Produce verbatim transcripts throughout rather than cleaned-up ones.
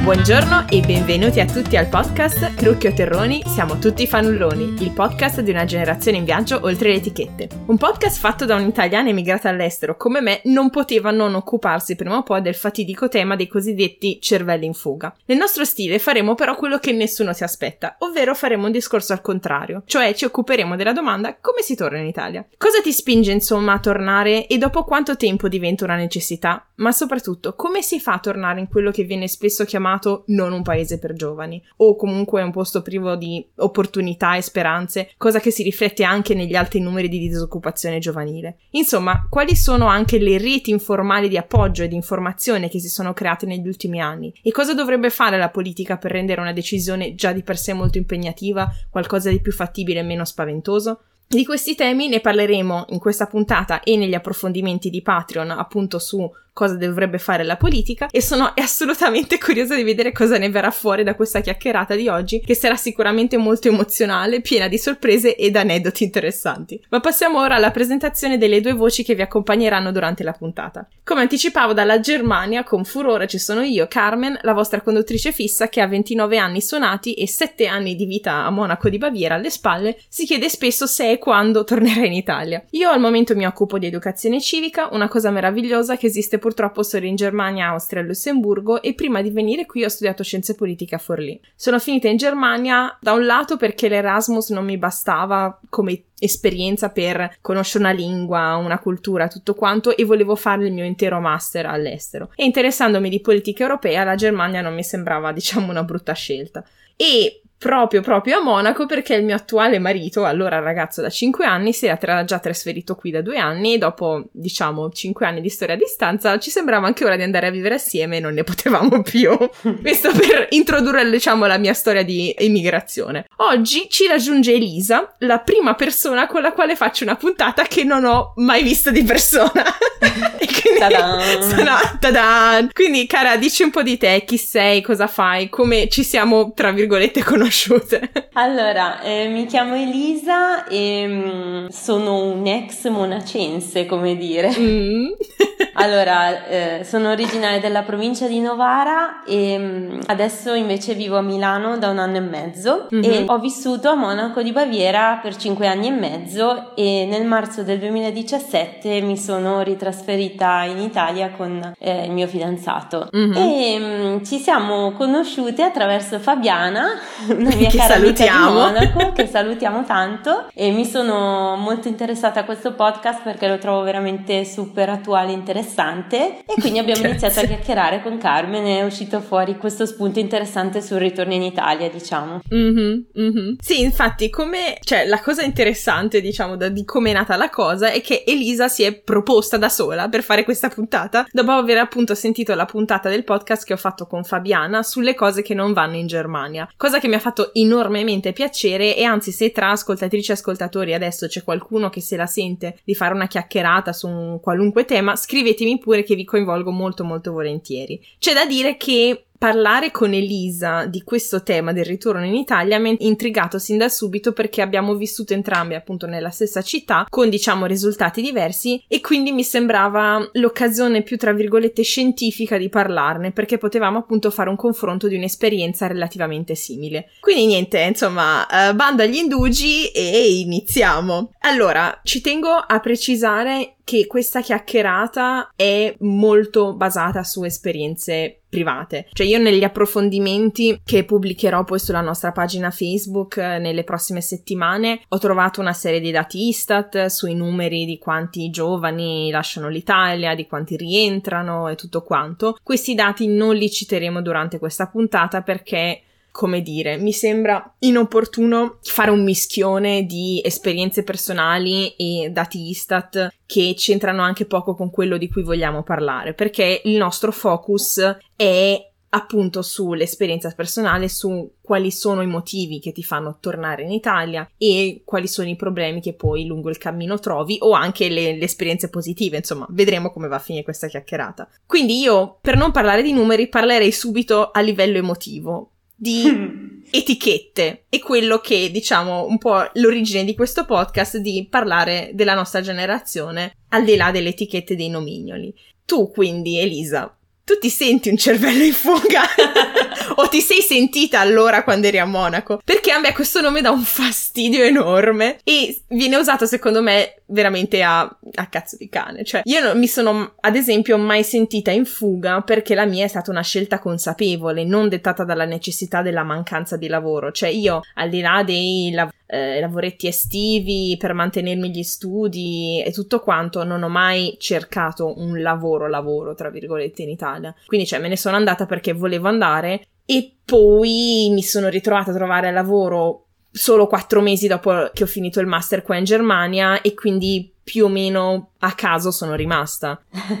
Buongiorno e benvenuti a tutti al podcast Crucchio Terroni, siamo tutti fanulloni, il podcast di una generazione in viaggio oltre le etichette. Un podcast fatto da un'italiana emigrata all'estero come me non poteva non occuparsi prima o poi del fatidico tema dei cosiddetti cervelli in fuga. Nel nostro stile faremo però quello che nessuno si aspetta, ovvero faremo un discorso al contrario, cioè ci occuperemo della domanda come si torna in Italia. Cosa ti spinge insomma a tornare e dopo quanto tempo diventa una necessità? Ma soprattutto come si fa a tornare in quello che viene spesso chiamato non un paese per giovani, o comunque un posto privo di opportunità e speranze, cosa che si riflette anche negli alti numeri di disoccupazione giovanile. Insomma, quali sono anche le reti informali di appoggio e di informazione che si sono create negli ultimi anni? E cosa dovrebbe fare la politica per rendere una decisione già di per sé molto impegnativa qualcosa di più fattibile e meno spaventoso? Di questi temi ne parleremo in questa puntata e negli approfondimenti di Patreon, appunto su cosa dovrebbe fare la politica, e sono assolutamente curiosa di vedere cosa ne verrà fuori da questa chiacchierata di oggi, che sarà sicuramente molto emozionale, piena di sorprese ed aneddoti interessanti. Ma passiamo ora alla presentazione delle due voci che vi accompagneranno durante la puntata. Come anticipavo, dalla Germania, con furore ci sono io, Carmen, la vostra conduttrice fissa che ha ventinove anni suonati e sette anni di vita a Monaco di Baviera alle spalle, si chiede spesso se e quando tornerà in Italia. Io al momento mi occupo di educazione civica, una cosa meravigliosa che esiste purtroppo solo in Germania, Austria e Lussemburgo, e prima di venire qui ho studiato scienze politiche a Forlì. Sono finita in Germania da un lato perché l'Erasmus non mi bastava come esperienza per conoscere una lingua, una cultura, tutto quanto, e volevo fare il mio intero master all'estero. E interessandomi di politica europea, la Germania non mi sembrava, diciamo, una brutta scelta. E proprio proprio a Monaco perché il mio attuale marito, allora ragazzo da cinque anni, si era tra- già trasferito qui da due anni e dopo, diciamo, cinque anni di storia a distanza ci sembrava anche ora di andare a vivere assieme e non ne potevamo più. Questo per introdurre, diciamo, la mia storia di immigrazione. Oggi ci raggiunge Elisa, la prima persona con la quale faccio una puntata che non ho mai visto di persona. E quindi, Ta-da! sono, ta-da! Quindi, cara, dici un po' di te, chi sei, cosa fai, come ci siamo, tra virgolette, conosciute. Allora, eh, mi chiamo Elisa e mh, sono un ex monacense, come dire. Mm. Allora, eh, sono originaria della provincia di Novara e mh, adesso invece vivo a Milano da un anno e mezzo mm-hmm. e ho vissuto a Monaco di Baviera per cinque anni e mezzo e nel marzo del duemiladiciassette mi sono ritrasferita in Italia con eh, il mio fidanzato mm-hmm. e mh, ci siamo conosciute attraverso Fabiana, una mia che cara amica di salutiamo. Monaco, che salutiamo tanto, e mi sono molto interessata a questo podcast perché lo trovo veramente super attuale e interessante e quindi abbiamo Grazie. iniziato a chiacchierare con Carmen e è uscito fuori questo spunto interessante sul ritorno in Italia, diciamo. Mm-hmm, mm-hmm. Sì, infatti, come, cioè, la cosa interessante, diciamo, da, di come è nata la cosa è che Elisa si è proposta da sola per fare questa puntata dopo aver appunto sentito la puntata del podcast che ho fatto con Fabiana sulle cose che non vanno in Germania, cosa che mi ha fatto enormemente piacere. E anzi, se tra ascoltatrici e ascoltatori adesso c'è qualcuno che se la sente di fare una chiacchierata su un qualunque tema, scrivetemi pure che vi coinvolgo molto molto volentieri. C'è da dire che parlare con Elisa di questo tema del ritorno in Italia mi ha intrigato sin da subito perché abbiamo vissuto entrambi appunto nella stessa città con, diciamo, risultati diversi e quindi mi sembrava l'occasione più, tra virgolette, scientifica di parlarne, perché potevamo appunto fare un confronto di un'esperienza relativamente simile. Quindi niente, insomma, uh, bando agli indugi e iniziamo. Allora, ci tengo a precisare che questa chiacchierata è molto basata su esperienze private. Cioè io negli approfondimenti che pubblicherò poi sulla nostra pagina Facebook eh, nelle prossime settimane ho trovato una serie di dati Istat sui numeri di quanti giovani lasciano l'Italia, di quanti rientrano e tutto quanto. Questi dati non li citeremo durante questa puntata perché, come dire, mi sembra inopportuno fare un mischione di esperienze personali e dati Istat che c'entrano anche poco con quello di cui vogliamo parlare, perché il nostro focus è appunto sull'esperienza personale, su quali sono i motivi che ti fanno tornare in Italia e quali sono i problemi che poi lungo il cammino trovi, o anche le, le esperienze positive. Insomma, vedremo come va a finire questa chiacchierata. Quindi io, per non parlare di numeri, parlerei subito a livello emotivo di etichette, e quello che, diciamo, un po' l'origine di questo podcast, di parlare della nostra generazione al di là delle etichette dei nomignoli. Tu quindi, Elisa, tu ti senti un cervello in fuga? o ti sei sentita allora quando eri a Monaco? Perché a me questo nome dà un fastidio enorme e viene usato secondo me veramente a, a cazzo di cane. Cioè io non mi sono ad esempio mai sentita in fuga perché la mia è stata una scelta consapevole, non dettata dalla necessità della mancanza di lavoro. Cioè io, al di là dei lav- eh, lavoretti estivi per mantenermi gli studi e tutto quanto, non ho mai cercato un lavoro lavoro tra virgolette in Italia, quindi cioè me ne sono andata perché volevo andare e poi mi sono ritrovata a trovare lavoro solo quattro mesi dopo che ho finito il master qua in Germania e quindi più o meno a caso sono rimasta.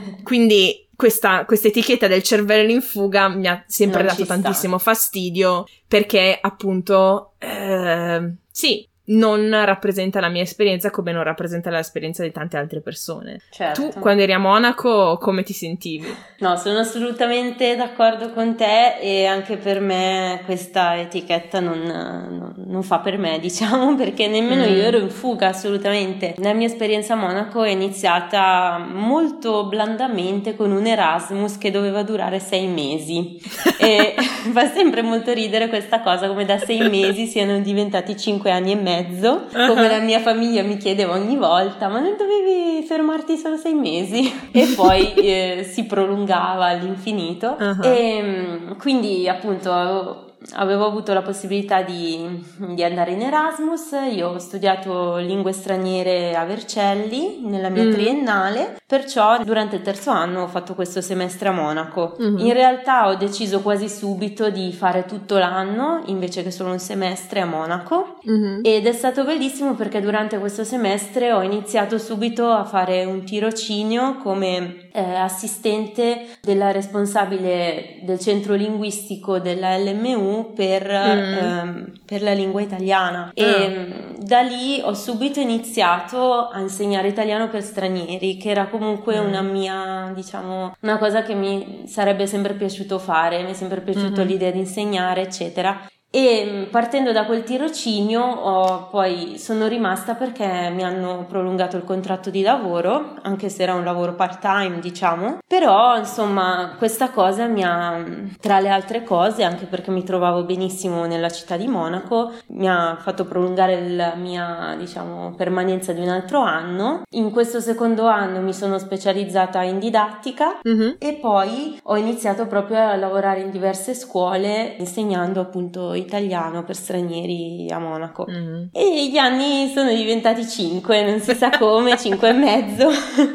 Quindi questa etichetta del cervello in fuga mi ha sempre non dato tantissimo fastidio perché appunto eh, sì, non rappresenta la mia esperienza come non rappresenta l'esperienza di tante altre persone. Certo. Tu quando eri a Monaco come ti sentivi? No, sono assolutamente d'accordo con te e anche per me questa etichetta non, non, non fa per me, diciamo, perché nemmeno mm. io ero in fuga assolutamente. La mia esperienza a Monaco è iniziata molto blandamente con un Erasmus che doveva durare sei mesi e fa sempre molto ridere questa cosa, come da sei mesi siano diventati cinque anni e mezzo. Mezzo, come la mia famiglia mi chiedeva ogni volta, ma non dovevi fermarti solo sei mesi? E poi eh, si prolungava all'infinito. Uh-huh. E quindi appunto avevo, avevo avuto la possibilità di, di andare in Erasmus. Io ho studiato lingue straniere a Vercelli nella mia mm. triennale, perciò durante il terzo anno ho fatto questo semestre a Monaco. Mm-hmm. In realtà ho deciso quasi subito di fare tutto l'anno invece che solo un semestre a Monaco. Mm-hmm. Ed è stato bellissimo perché durante questo semestre ho iniziato subito a fare un tirocinio come eh, assistente della responsabile del centro linguistico della L M U per, mm. ehm, per la lingua italiana. E oh. da lì ho subito iniziato a insegnare italiano per stranieri, che era comunque mm. una mia, diciamo, una cosa che mi sarebbe sempre piaciuto fare, mi è sempre piaciuto mm-hmm. l'idea di insegnare, eccetera. E partendo da quel tirocinio ho, poi sono rimasta perché mi hanno prolungato il contratto di lavoro, anche se era un lavoro part time, diciamo, però insomma questa cosa mi ha, tra le altre cose, anche perché mi trovavo benissimo nella città di Monaco, mi ha fatto prolungare la mia, diciamo, permanenza di un altro anno. In questo secondo anno mi sono specializzata in didattica mm-hmm. e poi ho iniziato proprio a lavorare in diverse scuole insegnando appunto italiano per stranieri a Monaco. Mm. E gli anni sono diventati cinque, non si sa come, cinque e mezzo.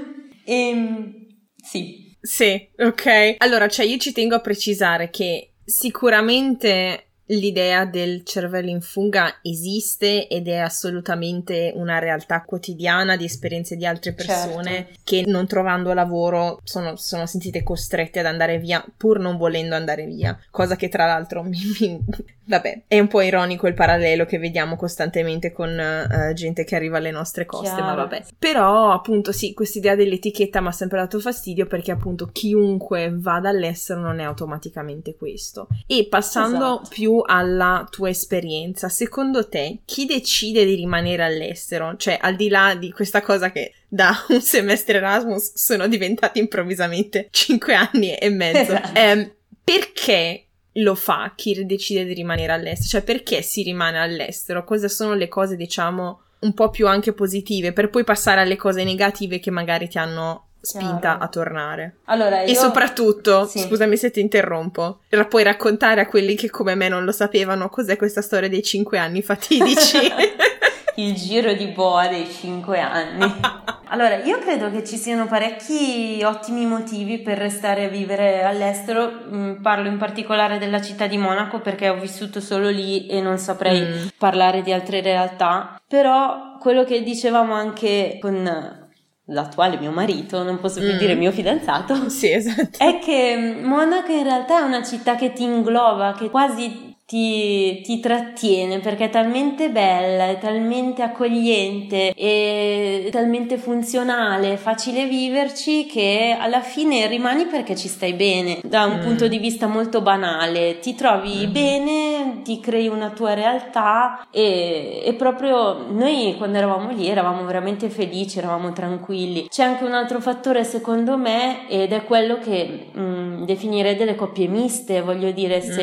E sì. Sì, ok. Allora, cioè io ci tengo a precisare che sicuramente l'idea del cervello in fuga esiste ed è assolutamente una realtà quotidiana di esperienze di altre persone, certo. che non trovando lavoro sono, sono sentite costrette ad andare via pur non volendo andare via, cosa che tra l'altro mi, mi, vabbè, è un po' ironico il parallelo che vediamo costantemente con uh, gente che arriva alle nostre coste, Chiaro. ma vabbè. Però appunto sì, quest'idea dell'etichetta mi ha sempre dato fastidio perché appunto chiunque vada all'estero non è automaticamente questo. E passando esatto. più alla tua esperienza, secondo te chi decide di rimanere all'estero? Cioè al di là di questa cosa che da un semestre Erasmus sono diventati improvvisamente cinque anni e mezzo, esatto. eh, perché lo fa chi decide di rimanere all'estero? Cioè perché si rimane all'estero? Cosa sono le cose, diciamo, un po' più anche positive per poi passare alle cose negative che magari ti hanno spinta Chiaro. a tornare? Allora, io... E soprattutto, sì. scusami se ti interrompo, puoi raccontare a quelli che come me non lo sapevano cos'è questa storia dei cinque anni fatidici? Il giro di boa dei cinque anni. Allora, io credo che ci siano parecchi ottimi motivi per restare a vivere all'estero. Mm, parlo in particolare della città di Monaco perché ho vissuto solo lì e non saprei mm. parlare di altre realtà. Però quello che dicevamo anche con l'attuale mio marito, non posso più mm. dire mio fidanzato, sì, esatto. è che Monaco in realtà è una città che ti ingloba, che quasi Ti, ti trattiene perché è talmente bella, è talmente accogliente, è talmente funzionale, facile viverci, che alla fine rimani perché ci stai bene. Da un mm. punto di vista molto banale, ti trovi mm. bene, ti crei una tua realtà e, e proprio noi quando eravamo lì eravamo veramente felici, eravamo tranquilli. C'è anche un altro fattore secondo me ed è quello che mh, definirei delle coppie miste, voglio dire, se mm.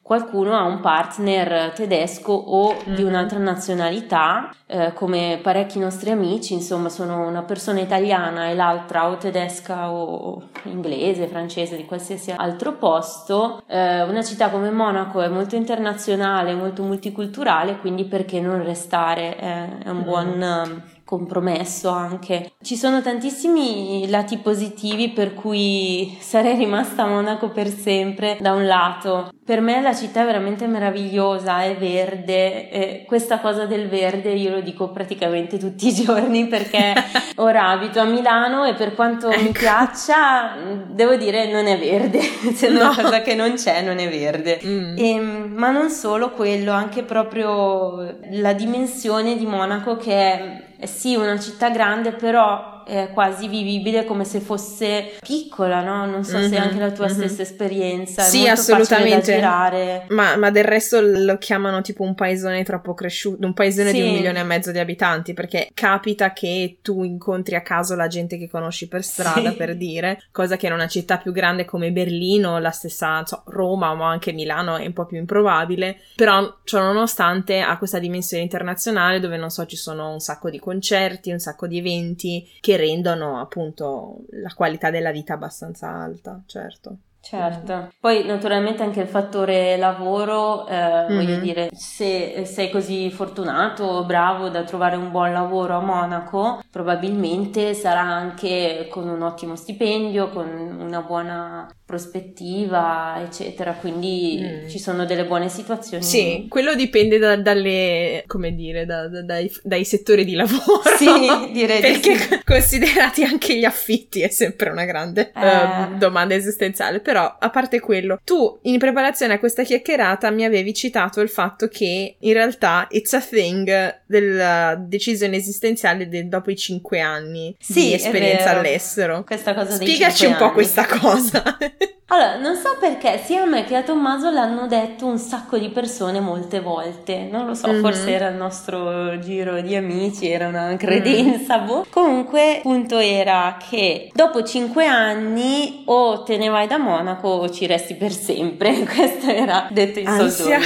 qualcuno ha un partner tedesco o mm. di un'altra nazionalità, eh, come parecchi nostri amici, insomma sono una persona italiana e l'altra o tedesca o inglese, francese, di qualsiasi altro posto. Eh, una città come Monaco è molto internazionale, molto multiculturale, quindi perché non restare? Eh, è un mm. buon compromesso anche. Ci sono tantissimi lati positivi per cui sarei rimasta a Monaco per sempre. Da un lato, per me la città è veramente meravigliosa, è verde, e questa cosa del verde io lo dico praticamente tutti i giorni perché ora abito a Milano e per quanto ecco. mi piaccia, devo dire non è verde, se no. una cosa che non c'è non è verde. Mm. E, ma non solo quello, anche proprio la dimensione di Monaco che è è sì una città grande, però è quasi vivibile come se fosse piccola, no? Non so mm-hmm, se anche la tua mm-hmm. stessa esperienza è sì, molto assolutamente. facile da girare. Ma, ma del resto lo chiamano tipo un paesone troppo cresciuto, un paesone sì. di un milione e mezzo di abitanti, perché capita che tu incontri a caso la gente che conosci per strada, sì. per dire, cosa che in una città più grande come Berlino, la stessa so, Roma ma anche Milano è un po' più improbabile, però ciò nonostante ha questa dimensione internazionale dove non so ci sono un sacco di concerti, un sacco di eventi che rendono appunto la qualità della vita abbastanza alta, certo. Certo, poi naturalmente anche il fattore lavoro, eh, mm-hmm. voglio dire, se sei così fortunato o bravo da trovare un buon lavoro a Monaco, probabilmente sarà anche con un ottimo stipendio, con una buona prospettiva, eccetera, quindi mm. ci sono delle buone situazioni. Sì, quello dipende da, dalle, come dire, da, da, dai, dai settori di lavoro. Sì, direi perché di sì. considerati anche gli affitti è sempre una grande eh. uh, domanda esistenziale, però a parte quello, tu in preparazione a questa chiacchierata mi avevi citato il fatto che in realtà it's a thing della decisione esistenziale del, dopo i cinque anni sì, di esperienza all'estero. Questa cosa dei Spiegaci un po' anni. questa cosa. Allora, non so perché sia a me che a Tommaso l'hanno detto un sacco di persone molte volte, non lo so, mm-hmm. forse era il nostro giro di amici, era una credenza, mm. boh. Comunque, il punto era che dopo cinque anni o te ne vai da Monaco o ci resti per sempre, questo era detto in soldoni.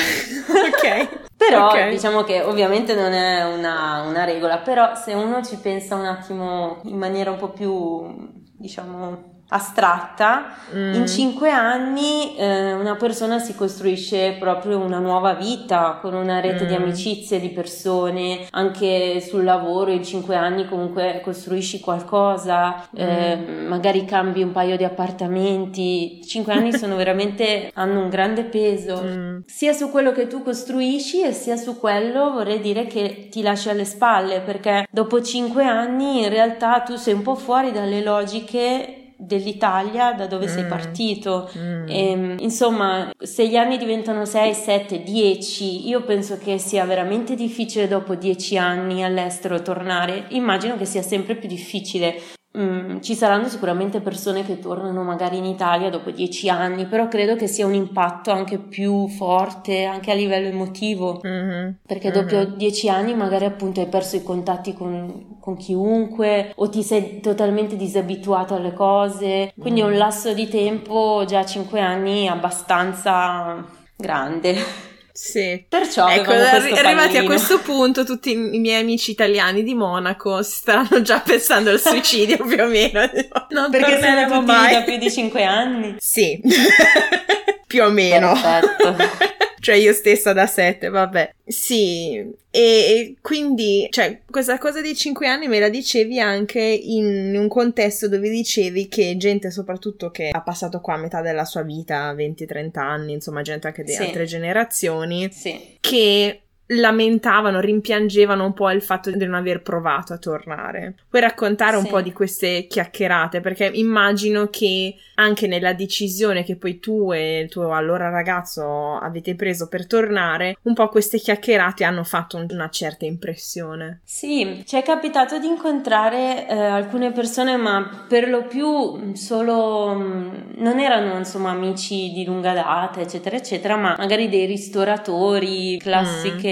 Ok. Però okay. diciamo che ovviamente non è una, una regola, però se uno ci pensa un attimo in maniera un po' più, diciamo, astratta, mm. in cinque anni eh, una persona si costruisce proprio una nuova vita con una rete mm. di amicizie, di persone, anche sul lavoro in cinque anni comunque costruisci qualcosa, mm. eh, magari cambi un paio di appartamenti, cinque anni sono veramente, hanno un grande peso, mm. sia su quello che tu costruisci e sia su quello vorrei dire che ti lasci alle spalle, perché dopo cinque anni in realtà tu sei un po' fuori dalle logiche dell'Italia da dove mm. sei partito mm. e, insomma se gli anni diventano sei, sette, dieci io penso che sia veramente difficile dopo dieci anni all'estero tornare, immagino che sia sempre più difficile. Mm, ci saranno sicuramente persone che tornano magari in Italia dopo dieci anni, però credo che sia un impatto anche più forte anche a livello emotivo, mm-hmm. perché dopo mm-hmm. dieci anni magari appunto hai perso i contatti con, con chiunque o ti sei totalmente disabituato alle cose, quindi mm. è un lasso di tempo, già cinque anni abbastanza grande. Sì, perciò ecco, arri- arrivati a questo punto tutti i miei amici italiani di Monaco staranno già pensando al suicidio più o meno, non perché torneremo tutti mai da più di cinque anni? Sì, più o meno. Perfetto. Cioè io stessa da sette, vabbè. Sì, e, e quindi, cioè, questa cosa dei cinque anni me la dicevi anche in un contesto dove dicevi che gente soprattutto che ha passato qua a metà della sua vita, venti trenta anni, insomma gente anche di sì. altre generazioni, sì. che lamentavano, rimpiangevano un po' il fatto di non aver provato a tornare. Puoi raccontare un sì. po' di queste chiacchierate? Perché immagino che anche nella decisione che poi tu e il tuo allora ragazzo avete preso per tornare, un po' queste chiacchierate hanno fatto una certa impressione. Sì, ci è capitato di incontrare eh, alcune persone, ma per lo più solo mh, non erano insomma amici di lunga data, eccetera, eccetera, ma magari dei ristoratori, classiche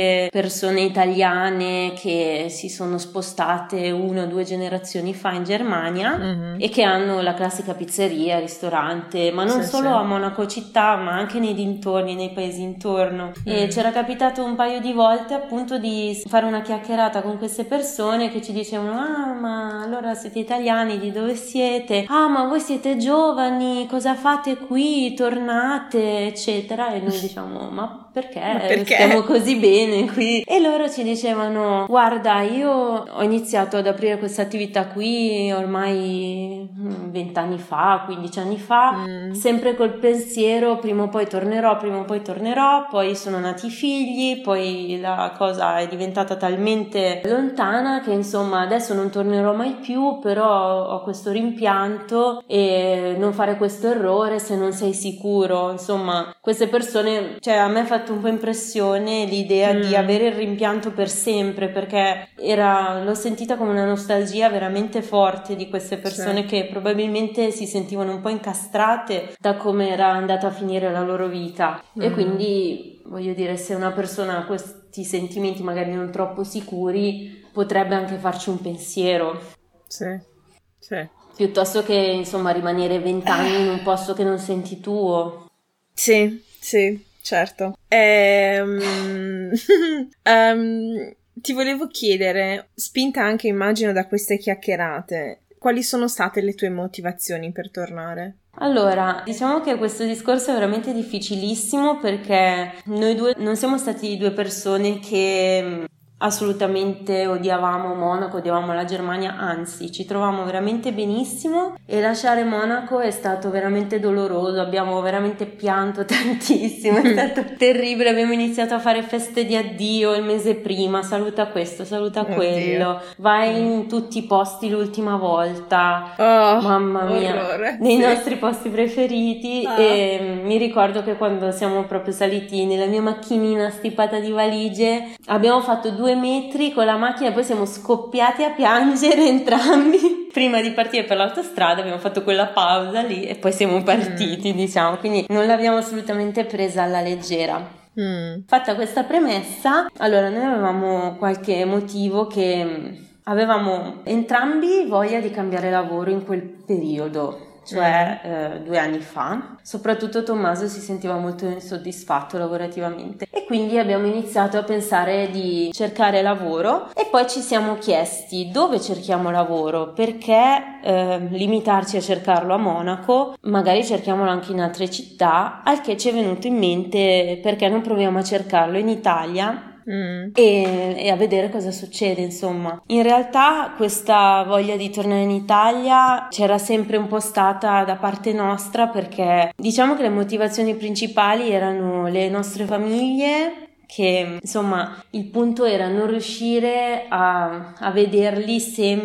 tante persone italiane che si sono spostate una o due generazioni fa in Germania mm-hmm. e che hanno la classica pizzeria, ristorante, ma non sì, solo sì. a Monaco città, ma anche nei dintorni, nei paesi intorno. Mm. E c'era capitato un paio di volte appunto di fare una chiacchierata con queste persone che ci dicevano: ah, ma allora siete italiani, di dove siete? Ah, ma voi siete giovani, cosa fate qui? Tornate, eccetera. E noi diciamo: ma perché? Ma perché? Stiamo così bene qui. E loro ci dicevano: guarda, io ho iniziato ad aprire questa attività qui ormai vent'anni fa, quindici anni fa, mm. sempre col pensiero prima o poi tornerò, prima o poi tornerò, poi sono nati i figli, poi la cosa è diventata talmente lontana che insomma adesso non tornerò mai più, però ho questo rimpianto e non fare questo errore se non sei sicuro. Insomma, queste persone, cioè a me ha fatto un po' impressione l'idea mm. di avere il rimpianto per sempre, perché era, l'ho sentita come una nostalgia veramente forte di queste persone sì. che probabilmente si sentivano un po' incastrate da come era andata a finire la loro vita mm. e quindi voglio dire, se una persona ha questi sentimenti magari non troppo sicuri potrebbe anche farci un pensiero sì, sì. piuttosto che insomma rimanere vent'anni in un posto che non senti tuo. Sì, sì, certo. Ehm... um, ti volevo chiedere, spinta anche immagino da queste chiacchierate, quali sono state le tue motivazioni per tornare? Allora, diciamo che questo discorso è veramente difficilissimo perché noi due non siamo stati due persone che assolutamente odiavamo Monaco, odiavamo la Germania, anzi ci trovavamo veramente benissimo e lasciare Monaco è stato veramente doloroso, abbiamo veramente pianto tantissimo, è stato terribile, abbiamo iniziato a fare feste di addio il mese prima, saluta questo, saluta Oddio. quello, vai in tutti i posti l'ultima volta, oh, mamma mia, orrore, nei sì. nostri posti preferiti oh. e mi ricordo che quando siamo proprio saliti nella mia macchinina stipata di valigie abbiamo fatto due metri con la macchina e poi siamo scoppiati a piangere entrambi prima di partire per l'autostrada. Abbiamo fatto quella pausa lì e poi siamo partiti mm. diciamo, quindi non l'abbiamo assolutamente presa alla leggera. mm. Fatta questa premessa, allora noi avevamo qualche motivo che avevamo entrambi voglia di cambiare lavoro in quel periodo, cioè mm. eh, due anni fa. Soprattutto Tommaso si sentiva molto insoddisfatto lavorativamente e quindi abbiamo iniziato a pensare di cercare lavoro e poi ci siamo chiesti dove cerchiamo lavoro, perché eh, limitarci a cercarlo a Monaco, magari cerchiamolo anche in altre città, al che ci è venuto in mente perché non proviamo a cercarlo in Italia. Mm. E, e a vedere cosa succede. Insomma, in realtà questa voglia di tornare in Italia c'era sempre un po' stata da parte nostra, perché diciamo che le motivazioni principali erano le nostre famiglie, che insomma il punto era non riuscire a, a vederli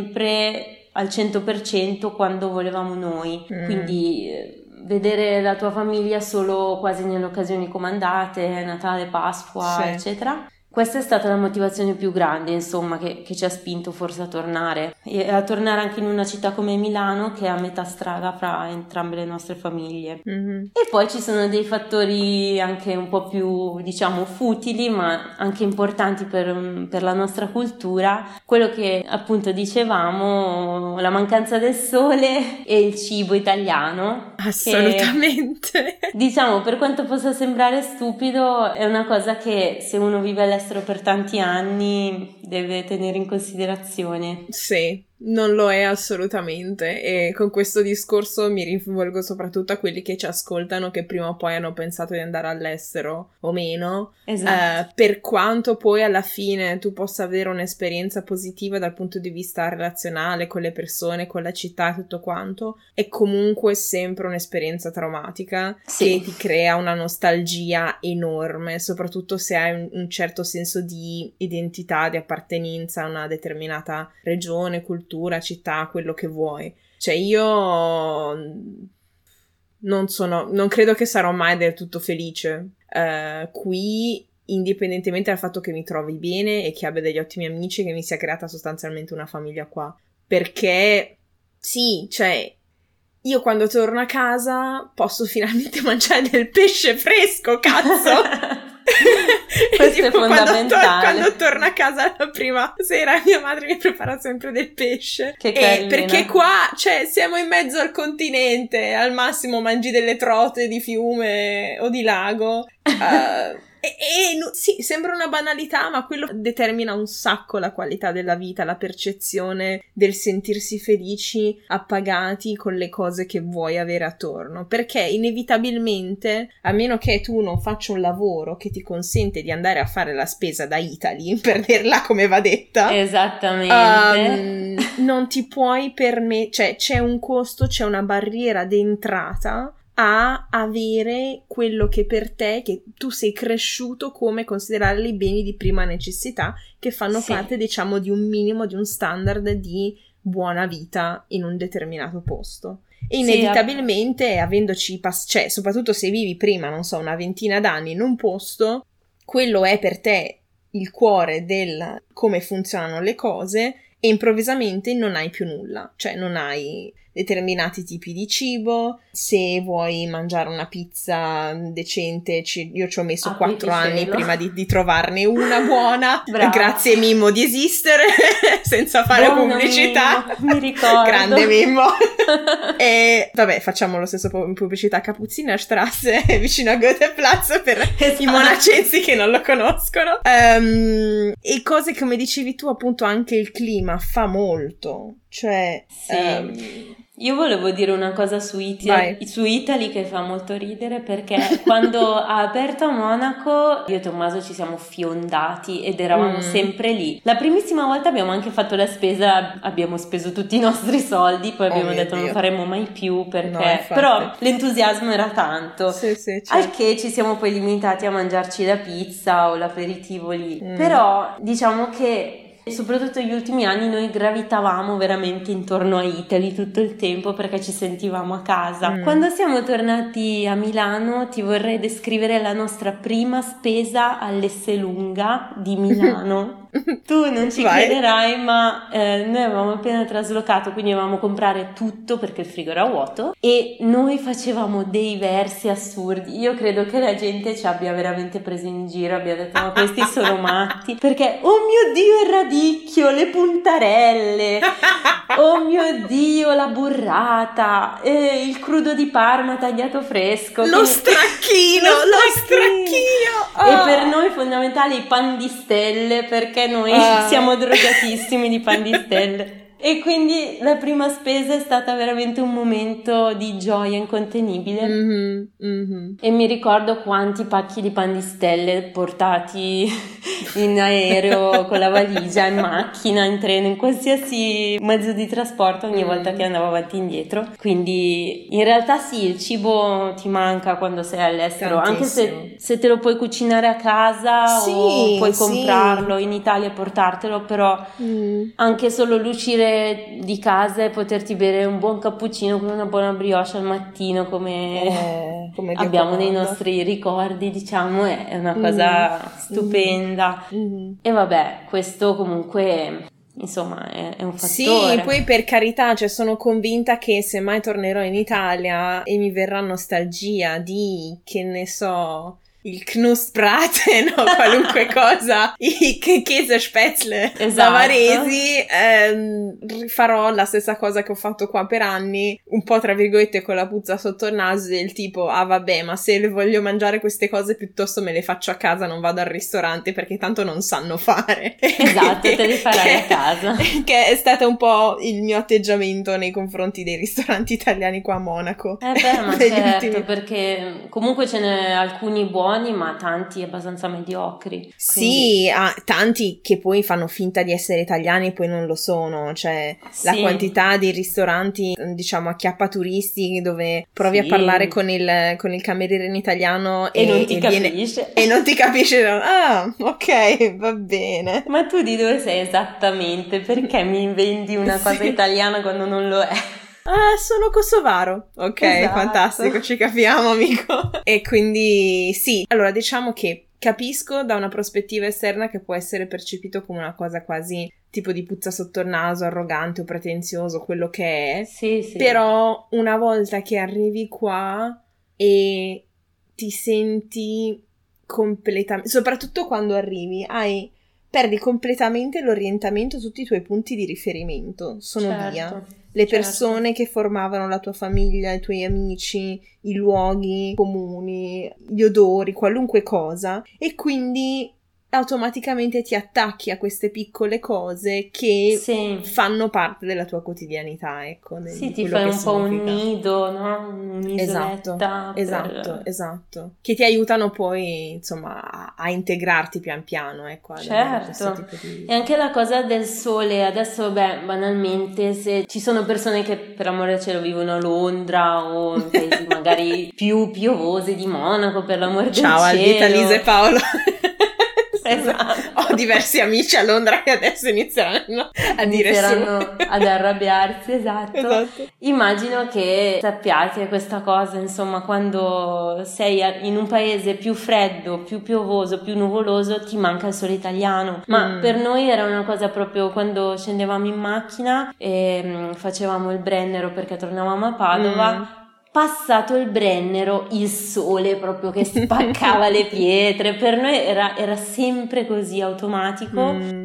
sempre al cento per cento quando volevamo noi. mm. Quindi vedere la tua famiglia solo quasi nelle occasioni comandate, Natale, Pasqua, sì. eccetera. Questa è stata la motivazione più grande, insomma, che, che ci ha spinto forse a tornare e a tornare anche in una città come Milano, che è a metà strada fra entrambe le nostre famiglie. Mm-hmm. E poi ci sono dei fattori anche un po' più, diciamo, futili, ma anche importanti per, per la nostra cultura. Quello che appunto dicevamo, la mancanza del sole e il cibo italiano. Assolutamente. Che, diciamo, per quanto possa sembrare stupido, è una cosa che se uno vive all'estero per tanti anni deve tenere in considerazione. Sì, non lo è assolutamente, e con questo discorso mi rivolgo soprattutto a quelli che ci ascoltano, che prima o poi hanno pensato di andare all'estero o meno. Esatto. Eh, per quanto poi alla fine tu possa avere un'esperienza positiva dal punto di vista relazionale con le persone, con la città e tutto quanto, è comunque sempre un'esperienza traumatica, sì. che ti crea una nostalgia enorme, soprattutto se hai un, un certo senso di identità, di appartenenza a una determinata regione, cultura, città, quello che vuoi. Cioè io non sono, non credo che sarò mai del tutto felice uh, qui, indipendentemente dal fatto che mi trovi bene e che abbia degli ottimi amici e che mi sia creata sostanzialmente una famiglia qua, perché sì, cioè io quando torno a casa posso finalmente mangiare del pesce fresco, cazzo! Questo è Quando, fondamentale. to- quando torno a casa la prima sera mia madre mi prepara sempre del pesce. Che e carina. perché qua, cioè, siamo in mezzo al continente, al massimo mangi delle trote di fiume o di lago. Uh, E, e no, sì, sembra una banalità, ma quello determina un sacco la qualità della vita, la percezione del sentirsi felici, appagati con le cose che vuoi avere attorno. Perché inevitabilmente, a meno che tu non faccia un lavoro che ti consente di andare a fare la spesa da Italy, per dirla come va detta, esattamente, um, non ti puoi permettere, cioè c'è un costo, c'è una barriera d'entrata a avere quello che per te, che tu sei cresciuto come considerare i beni di prima necessità, che fanno sì. parte, diciamo, di un minimo, di un standard di buona vita in un determinato posto. E inevitabilmente, sì, avendoci pass- cioè, soprattutto se vivi prima, non so, una ventina d'anni in un posto, quello è per te il cuore del come funzionano le cose, e improvvisamente non hai più nulla, cioè non hai determinati tipi di cibo. Se vuoi mangiare una pizza decente, ci, io ci ho messo ah, quattro anni prima di, di trovarne una buona. Brava. Grazie Mimmo di esistere senza fare Buono pubblicità. Mimmo, mi ricordo. Grande Mimmo. E vabbè, facciamo lo stesso po- pubblicità, Kapuziner Strasse vicino a Goetheplatz per esatto. i monacensi che non lo conoscono. Um, e cose come dicevi tu, appunto, anche il clima fa molto, cioè sì. um, Io volevo dire una cosa su Italy, su Italy che fa molto ridere, perché quando ha aperto a Monaco io e Tommaso ci siamo fiondati ed eravamo mm. sempre lì. La primissima volta abbiamo anche fatto la spesa, abbiamo speso tutti i nostri soldi, poi abbiamo oh detto non faremo mai più perché no, però l'entusiasmo era tanto, sì, sì, certo. Al che ci siamo poi limitati a mangiarci la pizza o l'aperitivo lì, mm. però diciamo che soprattutto negli ultimi anni noi gravitavamo veramente intorno a Italy tutto il tempo perché ci sentivamo a casa. Mm. Quando siamo tornati a Milano ti vorrei descrivere la nostra prima spesa all'Esselunga di Milano. Tu non ci Vai. crederai, ma eh, noi avevamo appena traslocato, quindi dovevamo comprare tutto perché il frigo era vuoto e noi facevamo dei versi assurdi. Io credo che la gente ci abbia veramente preso in giro, abbia detto ma questi sono matti, perché oh mio Dio il radicchio, le puntarelle, oh mio Dio la burrata, eh, il crudo di Parma tagliato fresco, lo quindi... stracchino, lo stracchino, oh. E per noi fondamentale i pan di stelle, perché noi uh. siamo drogatissimi di pan di stelle. E quindi la prima spesa è stata veramente un momento di gioia incontenibile. Mm-hmm, mm-hmm. E mi ricordo quanti pacchi di pan di stelle portati in aereo, con la valigia, in macchina, in treno, in qualsiasi mezzo di trasporto ogni mm. volta che andavo avanti e indietro. Quindi in realtà sì, il cibo ti manca quando sei all'estero, tantissimo. Anche se, se te lo puoi cucinare a casa sì, o puoi comprarlo sì. in Italia e portartelo, però mm. anche solo l'uscire di casa e poterti bere un buon cappuccino con una buona brioche al mattino come, eh, come abbiamo nei nostri ricordi, diciamo, è una cosa mm. stupenda mm. e vabbè, questo comunque insomma è, è un fattore. Sì, poi per carità, cioè sono convinta che se mai tornerò in Italia e mi verrà nostalgia di, che ne so, il Knusbraten o qualunque cosa, i Käsespätzle esatto. bavaresi, ehm, farò la stessa cosa che ho fatto qua per anni, un po' tra virgolette con la puzza sotto il naso, del tipo ah vabbè, ma se le voglio mangiare queste cose piuttosto me le faccio a casa, non vado al ristorante perché tanto non sanno fare. Esatto, te li farai a casa. Che è stato un po' il mio atteggiamento nei confronti dei ristoranti italiani qua a Monaco. Eh beh, ma certo, ultimi... perché comunque ce n'è alcuni buoni, ma tanti abbastanza mediocri. Quindi... Sì, ah, tanti che poi fanno finta di essere italiani e poi non lo sono, cioè sì. La quantità di ristoranti, diciamo, acchiappaturisti dove provi sì. a parlare con il, con il cameriere in italiano e, e non ti e capisce. Viene, e non ti capisce, ah, ok, va bene. Ma tu di dove sei esattamente? Perché mi invendi una cosa sì. italiana quando non lo è? Ah, sono kosovaro. Ok, esatto. Fantastico, ci capiamo, amico. E quindi sì, allora diciamo che capisco da una prospettiva esterna che può essere percepito come una cosa quasi tipo di puzza sotto il naso, arrogante o pretenzioso, quello che è. Sì, sì. Però una volta che arrivi qua e ti senti completamente, soprattutto quando arrivi, hai perdi completamente l'orientamento, tutti i tuoi punti di riferimento sono certo, via. Le persone certo. che formavano la tua famiglia, i tuoi amici, i luoghi comuni, gli odori, qualunque cosa, e quindi automaticamente ti attacchi a queste piccole cose che sì. fanno parte della tua quotidianità, ecco. Nel, sì, ti fai un significa. po' un nido, no? Un'isoletta. Esatto, per... esatto, esatto. Che ti aiutano poi, insomma, a, a integrarti pian piano, ecco. Certo, di... e anche la cosa del sole, adesso, beh, banalmente, se ci sono persone che per amore del cielo vivono a Londra o in paesi magari più piovosi di Monaco, per l'amor del ciao, cielo. Ciao, Albita, Lisa e Paolo. Esatto. Ho diversi amici a Londra che adesso inizieranno a dire inizieranno su. ad arrabbiarsi, esatto. esatto. Immagino che sappiate questa cosa, insomma, quando sei in un paese più freddo, più piovoso, più nuvoloso, ti manca il sole italiano. Ma mm. per noi era una cosa proprio quando scendevamo in macchina e facevamo il Brennero perché tornavamo a Padova. Mm. Passato il Brennero, il sole proprio che spaccava le pietre, per noi era, era sempre così automatico. Mm.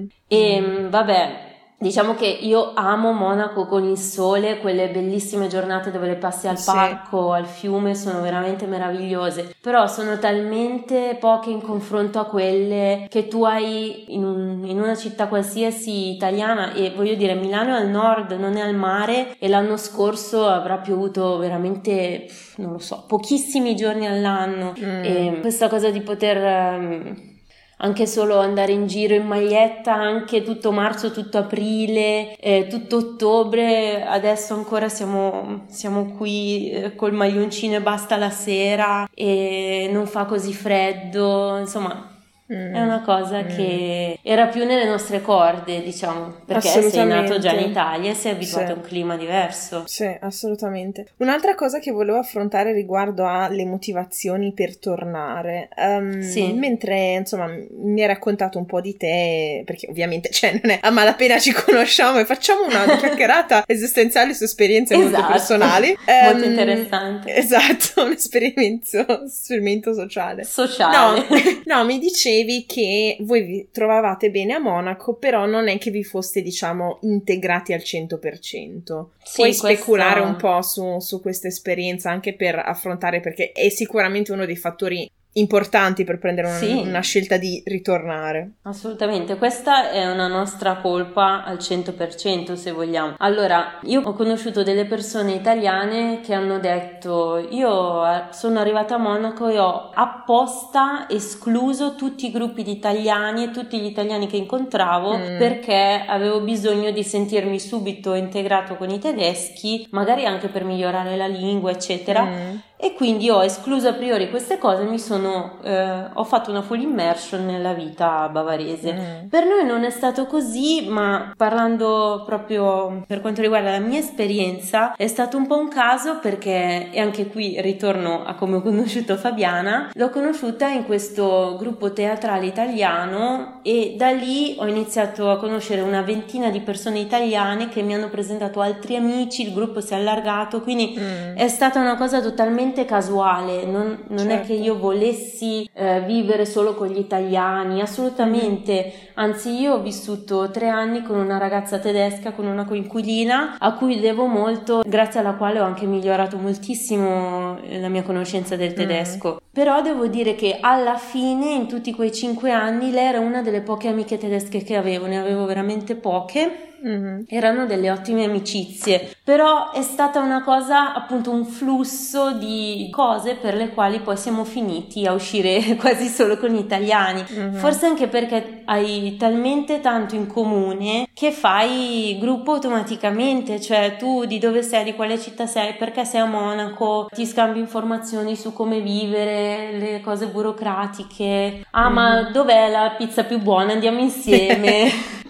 E vabbè, diciamo che io amo Monaco con il sole, quelle bellissime giornate dove le passi al sì. parco, al fiume, sono veramente meravigliose, però sono talmente poche in confronto a quelle che tu hai in, un, in una città qualsiasi italiana, e voglio dire, Milano è al nord, non è al mare, e l'anno scorso avrà piovuto veramente, non lo so, pochissimi giorni all'anno. Mm. E questa cosa di poter... Um, anche solo andare in giro in maglietta anche tutto marzo, tutto aprile, eh, tutto ottobre, adesso ancora siamo, siamo qui eh, col maglioncino e basta la sera e non fa così freddo, insomma mm. è una cosa mm. che era più nelle nostre corde, diciamo, perché sei nato già in Italia e sei abituato sì. a un clima diverso. Sì, assolutamente. Un'altra cosa che volevo affrontare riguardo alle motivazioni per tornare, um, sì. mentre insomma mi hai raccontato un po' di te, perché ovviamente cioè non è a malapena ci conosciamo e facciamo una chiacchierata esistenziale su esperienze esatto. molto personali, molto um, interessante. Esatto, un esperimento, esperimento sociale. Sociale. No, no, mi dicevi che voi vi trovavate bene a Monaco, però non è che vi foste, diciamo, integrati al cento per cento. Sì, Puoi speculare questa... un po' su, su questa esperienza, anche per affrontare, perché è sicuramente uno dei fattori importanti per prendere un, sì. una scelta di ritornare. Assolutamente, questa è una nostra colpa al cento per cento, se vogliamo. Allora, io ho conosciuto delle persone italiane che hanno detto: io sono arrivata a Monaco e ho apposta escluso tutti i gruppi di italiani e tutti gli italiani che incontravo mm. perché avevo bisogno di sentirmi subito integrato con i tedeschi, magari anche per migliorare la lingua, eccetera. Mm. E quindi ho escluso a priori queste cose, mi sono eh, ho fatto una full immersion nella vita bavarese. Mm. Per noi non è stato così, ma parlando proprio per quanto riguarda la mia esperienza, è stato un po' un caso, perché, e anche qui ritorno a come ho conosciuto Fabiana, l'ho conosciuta in questo gruppo teatrale italiano e da lì ho iniziato a conoscere una ventina di persone italiane che mi hanno presentato altri amici, il gruppo si è allargato, quindi mm. è stata una cosa totalmente casuale, non, non certo. è che io volessi eh, vivere solo con gli italiani, assolutamente, mm. anzi io ho vissuto tre anni con una ragazza tedesca, con una coinquilina a cui devo molto, grazie alla quale ho anche migliorato moltissimo la mia conoscenza del tedesco, mm. però devo dire che alla fine in tutti quei cinque anni lei era una delle poche amiche tedesche che avevo, ne avevo veramente poche. Mm-hmm. Erano delle ottime amicizie, però è stata una cosa, appunto, un flusso di cose per le quali poi siamo finiti a uscire quasi solo con gli italiani, mm-hmm. forse anche perché hai talmente tanto in comune che fai gruppo automaticamente, cioè tu di dove sei, di quale città sei, perché sei a Monaco, ti scambi informazioni su come vivere, le cose burocratiche, ah mm-hmm. ma dov'è la pizza più buona, andiamo insieme.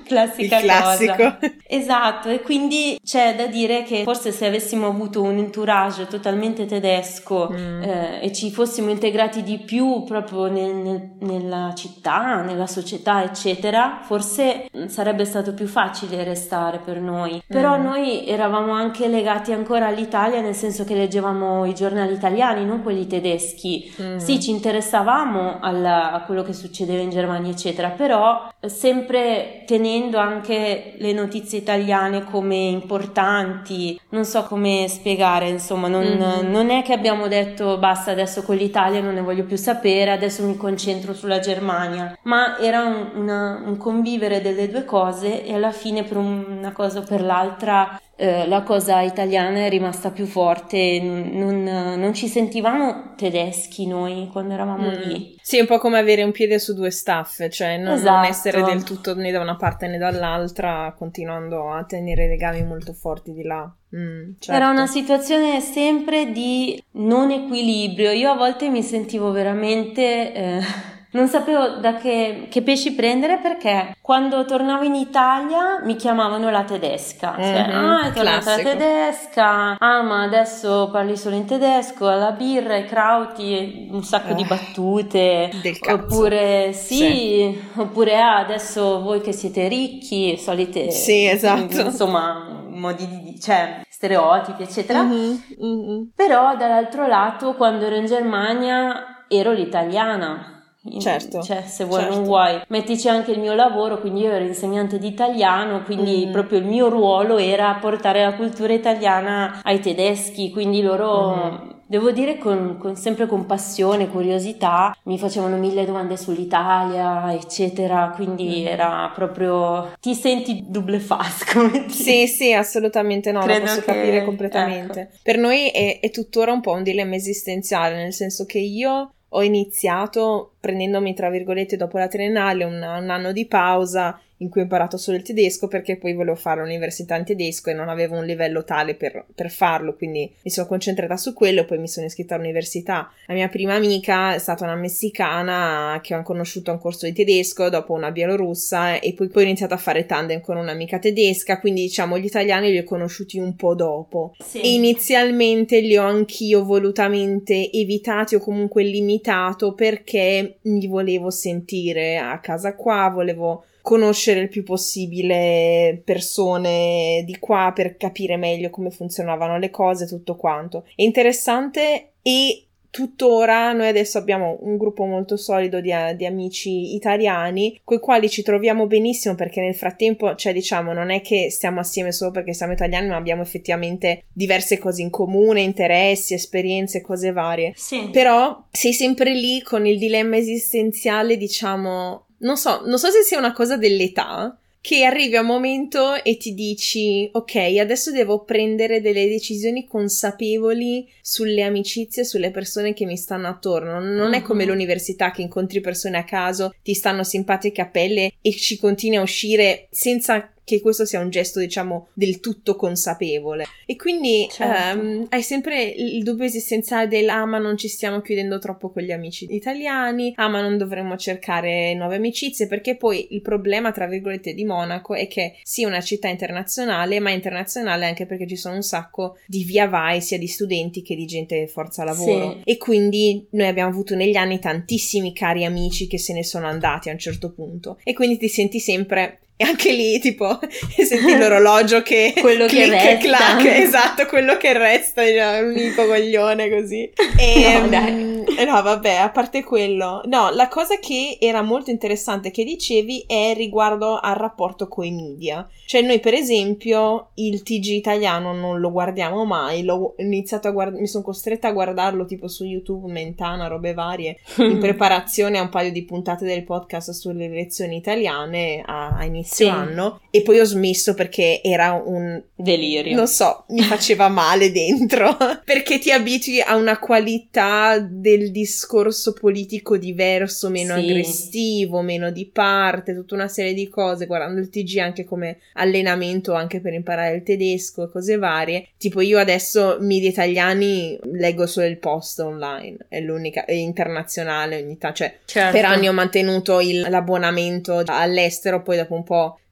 classica il classico. cosa. Esatto, e quindi c'è da dire che forse se avessimo avuto un entourage totalmente tedesco mm. eh, e ci fossimo integrati di più proprio nel, nel, nella città, nella società, eccetera, forse sarebbe stato più facile restare per noi. Però mm. noi eravamo anche legati ancora all'Italia, nel senso che leggevamo i giornali italiani, non quelli tedeschi. Mm. Sì, ci interessavamo alla, a quello che succedeva in Germania, eccetera, però sempre tenendo anche le notizie italiane come importanti. Non so come spiegare, insomma, non, mm-hmm. non è che abbiamo detto basta, adesso con l'Italia non ne voglio più sapere, adesso mi concentro sulla Germania, ma era un, una, un convivere delle due cose, e alla fine per una cosa o per l'altra eh, la cosa italiana è rimasta più forte. Non, non, non ci sentivamo tedeschi noi quando eravamo mm. lì. Sì, un po' come avere un piede su due staffe, cioè non, esatto. non essere del tutto né da una parte né dall'altra, continuando a tenere legami molto forti di là. Mm, certo. Era una situazione sempre di non equilibrio. Io a volte mi sentivo veramente eh, non sapevo da che, che pesci prendere, perché quando tornavo in Italia mi chiamavano la tedesca, cioè mm-hmm, ah è tornata classico. La tedesca, ah ma adesso parli solo in tedesco, la birra, i krauti, un sacco uh, di battute del cazzo. Oppure sì, sì. oppure ah adesso voi che siete ricchi, solite sì esatto insomma modi di, cioè stereotipi eccetera. Mm-hmm, mm-hmm. Però dall'altro lato quando ero in Germania ero l'italiana. Certo, cioè se vuoi certo. non vuoi, mettici anche il mio lavoro, quindi io ero insegnante di italiano, quindi mm. proprio il mio ruolo era portare la cultura italiana ai tedeschi, quindi loro mm. devo dire con, con sempre con passione, curiosità, mi facevano mille domande sull'Italia eccetera, quindi mm. era proprio ti senti double face come dire. Sì sì assolutamente no, Credo lo posso che, capire completamente ecco. Per noi è, è tuttora un po' un dilemma esistenziale, nel senso che io ho iniziato prendendomi tra virgolette dopo la triennale un, un anno di pausa in cui ho imparato solo il tedesco, perché poi volevo fare l'università in tedesco e non avevo un livello tale per, per farlo, quindi mi sono concentrata su quello e poi mi sono iscritta all'università. La mia prima amica è stata una messicana che ho conosciuto a un corso di tedesco, dopo una bielorussa, e poi, poi ho iniziato a fare tandem con un'amica tedesca, quindi diciamo gli italiani li ho conosciuti un po' dopo. Sì. E inizialmente li ho anch'io volutamente evitati o comunque limitato, perché mi volevo sentire a casa qua, volevo conoscere il più possibile persone di qua per capire meglio come funzionavano le cose, tutto quanto. È interessante, e tuttora noi adesso abbiamo un gruppo molto solido di, di amici italiani coi quali ci troviamo benissimo, perché nel frattempo, cioè diciamo, non è che stiamo assieme solo perché siamo italiani, ma abbiamo effettivamente diverse cose in comune, interessi, esperienze, cose varie. Sì. Però sei sempre lì con il dilemma esistenziale, diciamo, non so, non so se sia una cosa dell'età, che arrivi a un momento e ti dici ok, adesso devo prendere delle decisioni consapevoli sulle amicizie, sulle persone che mi stanno attorno. Non è come l'università che incontri persone a caso, ti stanno simpatiche a pelle e ci continui a uscire senza che questo sia un gesto, diciamo, del tutto consapevole. E quindi certo. um, hai sempre il dubbio esistenziale del ah ma non ci stiamo chiudendo troppo con gli amici italiani, ah ma non dovremmo cercare nuove amicizie, perché poi il problema tra virgolette di Monaco è che sì, è una città internazionale, ma internazionale anche perché ci sono un sacco di via vai sia di studenti che di gente forza lavoro, sì. E quindi noi abbiamo avuto negli anni tantissimi cari amici che se ne sono andati a un certo punto, e quindi ti senti sempre. E anche lì, tipo, senti l'orologio che quello click, che resta. Clac, esatto, quello che resta, è un unico coglione così. E, no, dai. E no, vabbè, a parte quello. No, la cosa che era molto interessante che dicevi è riguardo al rapporto coi media. Cioè noi, per esempio, il T G italiano non lo guardiamo mai, l'ho iniziato a guardare, mi sono costretta a guardarlo tipo su YouTube, Mentana, robe varie, in preparazione a un paio di puntate del podcast sulle elezioni italiane a, a inizio sì. anno, e poi ho smesso perché era un delirio, non so, mi faceva male dentro perché ti abitui a una qualità del discorso politico diverso, meno sì. aggressivo, meno di parte, tutta una serie di cose, guardando il T G anche come allenamento, anche per imparare il tedesco e cose varie. Tipo io adesso media italiani leggo solo il Post online, è l'unica, è internazionale ogni tanto, cioè certo. per anni ho mantenuto il, l'abbonamento all'estero, poi dopo un po'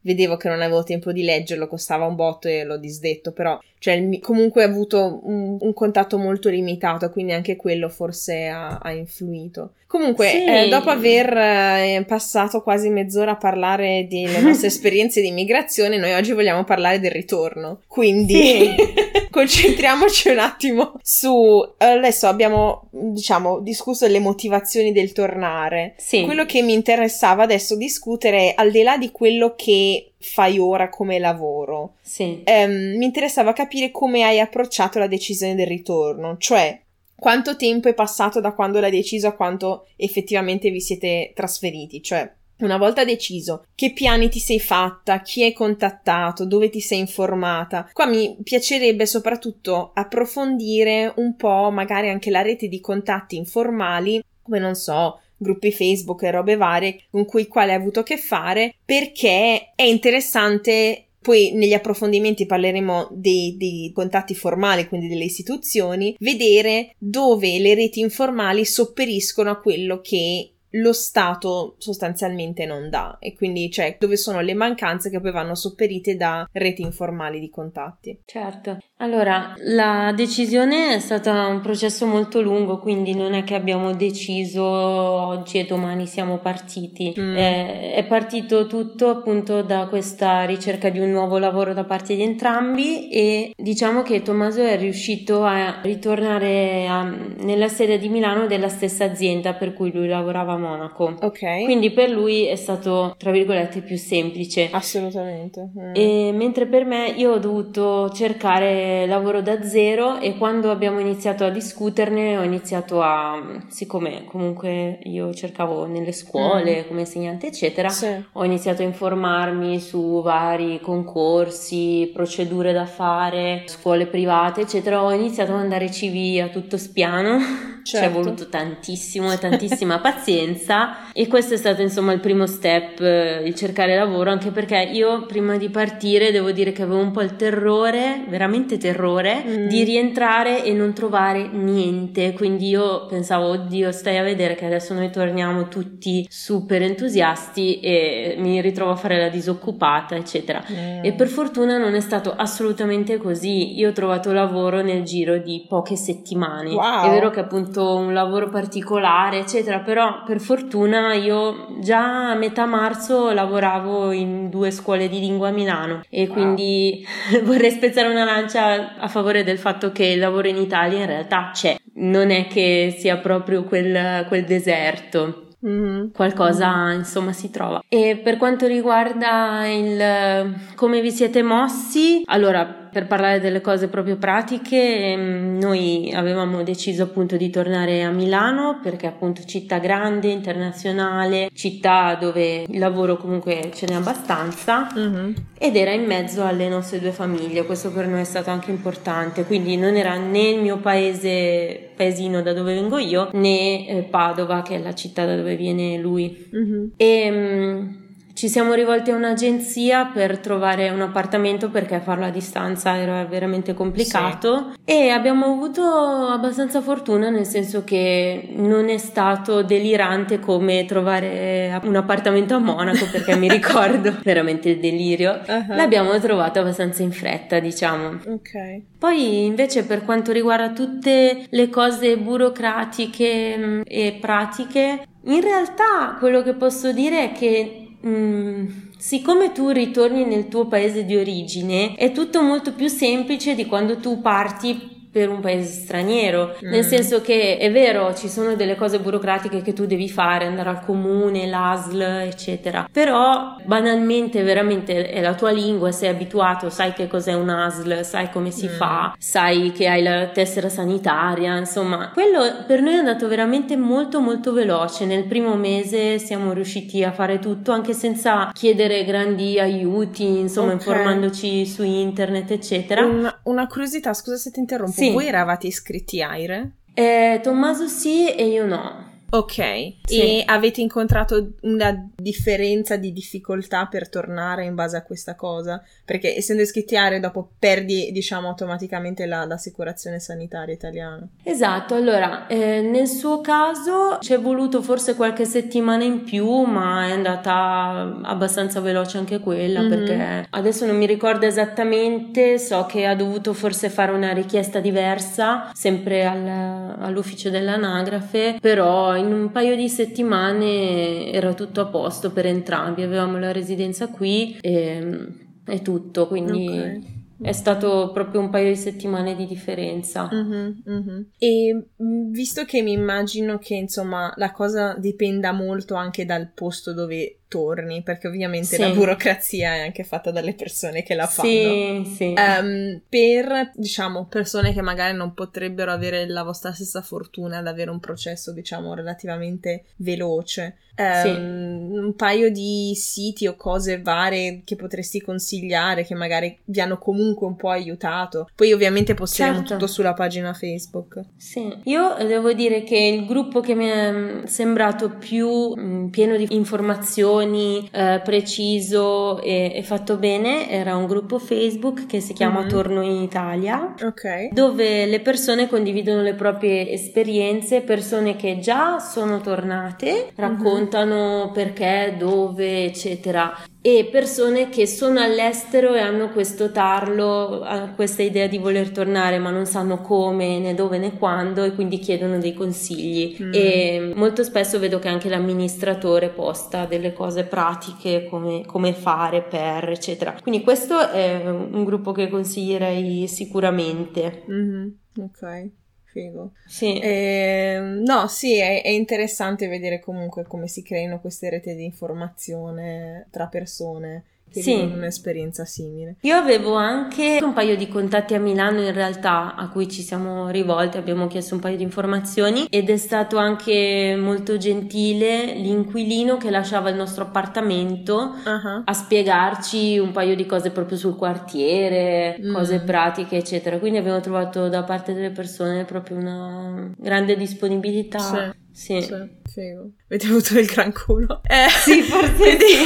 vedevo che non avevo tempo di leggerlo, costava un botto e l'ho disdetto, però cioè, il, comunque ho avuto un, un contatto molto limitato, quindi anche quello forse ha, ha influito. Comunque, sì. eh, dopo aver eh, passato quasi mezz'ora a parlare delle nostre esperienze di immigrazione, noi oggi vogliamo parlare del ritorno. Quindi sì. Concentriamoci un attimo su... Adesso abbiamo, diciamo, discusso le motivazioni del tornare. Sì. Quello che mi interessava adesso discutere, al di là di quello che fai ora come lavoro, sì. ehm, mi interessava capire come hai approcciato la decisione del ritorno, cioè quanto tempo è passato da quando l'hai deciso a quanto effettivamente vi siete trasferiti, cioè una volta deciso, che piani ti sei fatta, chi hai contattato, dove ti sei informata. Qua mi piacerebbe soprattutto approfondire un po' magari anche la rete di contatti informali, come non so, gruppi Facebook e robe varie con cui quale hai avuto a che fare, perché è interessante. Poi negli approfondimenti parleremo dei, dei contatti formali, quindi delle istituzioni, vedere dove le reti informali sopperiscono a quello che lo Stato sostanzialmente non dà, e quindi cioè dove sono le mancanze che poi vanno sopperite da reti informali di contatti. Certo. Allora, la decisione è stato un processo molto lungo, quindi non è che abbiamo deciso oggi e domani siamo partiti. Mm. È, è partito tutto appunto da questa ricerca di un nuovo lavoro da parte di entrambi, e diciamo che Tommaso è riuscito a ritornare a, nella sede di Milano della stessa azienda per cui lui lavorava a Monaco. Ok. Quindi per lui è stato, tra virgolette, più semplice. Assolutamente. Mm. E mentre per me io ho dovuto cercare lavoro da zero, e quando abbiamo iniziato a discuterne ho iniziato a, siccome comunque io cercavo nelle scuole mm. come insegnante eccetera, sì. ho iniziato a informarmi su vari concorsi, procedure da fare, scuole private eccetera. Ho iniziato a mandare C V a tutto spiano. Certo. Ci è voluto tantissimo e tantissima pazienza, e questo è stato insomma il primo step, il cercare lavoro, anche perché io prima di partire devo dire che avevo un po' il terrore, veramente terrore, mm. di rientrare e non trovare niente, quindi io pensavo, oddio, stai a vedere che adesso noi torniamo tutti super entusiasti e mi ritrovo a fare la disoccupata eccetera, mm. e per fortuna non è stato assolutamente così. Io ho trovato lavoro nel giro di poche settimane. Wow. È vero che appunto un lavoro particolare eccetera, però per fortuna io già a metà marzo lavoravo in due scuole di lingua a Milano, e quindi wow. vorrei spezzare una lancia a favore del fatto che il lavoro in Italia in realtà c'è, non è che sia proprio quel, quel deserto. Mm-hmm. Qualcosa mm-hmm. insomma si trova. E per quanto riguarda il come vi siete mossi, allora, per parlare delle cose proprio pratiche, noi avevamo deciso appunto di tornare a Milano perché appunto città grande, internazionale, città dove il lavoro comunque ce n'è abbastanza, mm-hmm. ed era in mezzo alle nostre due famiglie. Questo per noi è stato anche importante, quindi non era né il mio paese, paesino da dove vengo io, né eh, Padova, che è la città da dove viene lui. Mm-hmm. E mh, ci siamo rivolti a un'agenzia per trovare un appartamento perché farlo a distanza era veramente complicato, sì. e abbiamo avuto abbastanza fortuna, nel senso che non è stato delirante come trovare un appartamento a Monaco, perché mi ricordo veramente il delirio. Uh-huh. L'abbiamo trovato abbastanza in fretta, diciamo. Ok. Poi invece per quanto riguarda tutte le cose burocratiche e pratiche, in realtà quello che posso dire è che Mm, siccome tu ritorni nel tuo paese di origine, è tutto molto più semplice di quando tu parti per un paese straniero, mm. nel senso che è vero, ci sono delle cose burocratiche che tu devi fare, andare al comune, l'A S L eccetera, però banalmente veramente è la tua lingua, sei abituato, sai che cos'è un A S L, sai come si mm. fa, sai che hai la tessera sanitaria, insomma quello per noi è andato veramente molto molto veloce. Nel primo mese siamo riusciti a fare tutto anche senza chiedere grandi aiuti, insomma, okay. informandoci su internet eccetera. Una, una curiosità, scusa se ti interrompo, sì. Voi eravate iscritti A I R E? Eh, Tommaso sì e io no. Ok, sì. E avete incontrato una differenza di difficoltà per tornare in base a questa cosa? Perché essendo iscritti a ARE dopo perdi, diciamo, automaticamente la, l'assicurazione sanitaria italiana. Esatto, allora eh, nel suo caso ci è voluto forse qualche settimana in più, ma è andata abbastanza veloce anche quella, mm-hmm. perché adesso non mi ricordo esattamente, so che ha dovuto forse fare una richiesta diversa, sempre al, all'ufficio dell'anagrafe, però in un paio di settimane era tutto a posto per entrambi, avevamo la residenza qui e è tutto, quindi okay. È stato proprio un paio di settimane di differenza. Mm-hmm, mm-hmm. E visto che mi immagino che insomma la cosa dipenda molto anche dal posto dove torni, perché ovviamente sì. la burocrazia è anche fatta dalle persone che la fanno. Sì, sì. Um, per, diciamo, persone che magari non potrebbero avere la vostra stessa fortuna ad avere un processo, diciamo, relativamente veloce, um, sì. un paio di siti o cose varie che potresti consigliare, che magari vi hanno comunque un po' aiutato. Poi ovviamente posteremo certo. tutto sulla pagina Facebook. Sì, io devo dire che il gruppo che mi è sembrato più mh, pieno di informazioni, Eh, preciso e, e fatto bene era un gruppo Facebook che si chiama mm-hmm. Torno in Italia, okay. dove le persone condividono le proprie esperienze, persone che già sono tornate raccontano mm-hmm. perché, dove, eccetera, e persone che sono all'estero e hanno questo tarlo, questa idea di voler tornare ma non sanno come, né dove né quando, e quindi chiedono dei consigli mm. e molto spesso vedo che anche l'amministratore posta delle cose pratiche, come, come fare per, eccetera. Quindi questo è un gruppo che consiglierei sicuramente. Mm-hmm. Ok. Figo. Sì. Eh, no, sì, è, è interessante vedere comunque come si creino queste reti di informazione tra persone che sì. vivono un'esperienza simile. Io avevo anche un paio di contatti a Milano in realtà a cui ci siamo rivolti, abbiamo chiesto un paio di informazioni ed è stato anche molto gentile l'inquilino che lasciava il nostro appartamento uh-huh. a spiegarci un paio di cose proprio sul quartiere, mm. cose pratiche eccetera, quindi abbiamo trovato da parte delle persone proprio una grande disponibilità. Sì. Sì. sì, figo. Avete avuto il gran culo. Eh, sì, forse sì.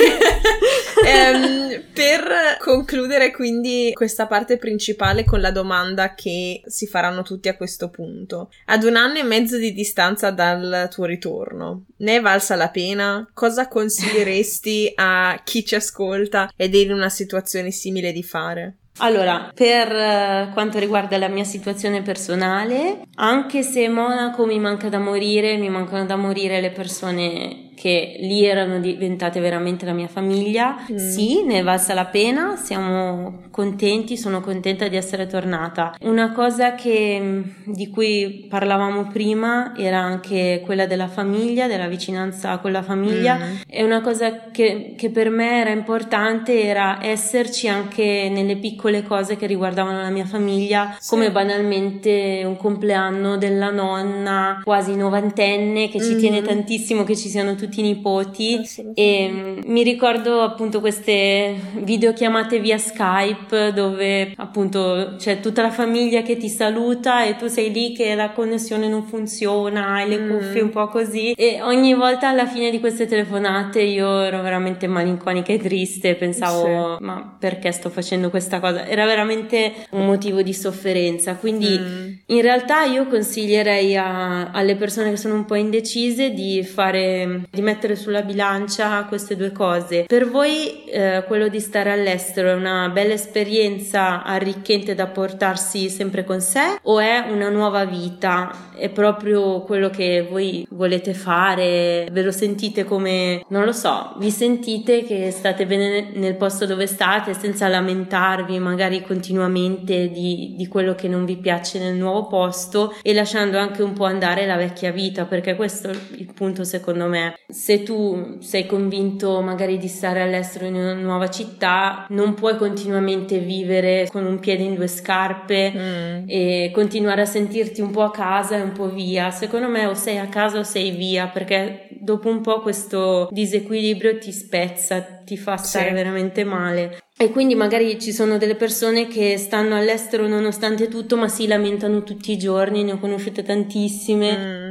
ehm, per concludere quindi questa parte principale con la domanda che si faranno tutti a questo punto. Ad un anno e mezzo di distanza dal tuo ritorno, ne è valsa la pena? Cosa consiglieresti a chi ci ascolta ed è in una situazione simile di fare? Allora, per quanto riguarda la mia situazione personale, anche se Monaco mi manca da morire, mi mancano da morire le persone che lì erano diventate veramente la mia famiglia, mm. sì, ne è valsa la pena, siamo contenti, sono contenta di essere tornata. Una cosa che, di cui parlavamo prima era anche quella della famiglia, della vicinanza con la famiglia, mm. e una cosa che, che per me era importante era esserci anche nelle piccole cose che riguardavano la mia famiglia, sì. come banalmente un compleanno della nonna quasi novantenne che ci mm. tiene tantissimo che ci siano tutti i nipoti, e mi ricordo appunto queste videochiamate via Skype dove appunto c'è tutta la famiglia che ti saluta e tu sei lì che la connessione non funziona, hai le mm. cuffie un po' così, e ogni volta alla fine di queste telefonate io ero veramente malinconica e triste, pensavo sì. ma perché sto facendo questa cosa? Era veramente un motivo di sofferenza, quindi mm. in realtà io consiglierei a, alle persone che sono un po' indecise di fare di mettere sulla bilancia queste due cose. Per voi eh, quello di stare all'estero è una bella esperienza arricchente da portarsi sempre con sé, o è una nuova vita? È proprio quello che voi volete fare? Ve lo sentite come, non lo so, vi sentite che state bene nel posto dove state senza lamentarvi magari continuamente di, di quello che non vi piace nel nuovo posto, e lasciando anche un po' andare la vecchia vita, perché questo è il punto secondo me. Se tu sei convinto magari di stare all'estero in una nuova città, non puoi continuamente vivere con un piede in due scarpe mm. e continuare a sentirti un po' a casa e un po' via. Secondo me o sei a casa o sei via, perché dopo un po' questo disequilibrio ti spezza, ti fa stare sì. veramente male. E quindi magari ci sono delle persone che stanno all'estero nonostante tutto, ma si lamentano tutti i giorni, ne ho conosciute tantissime, mm.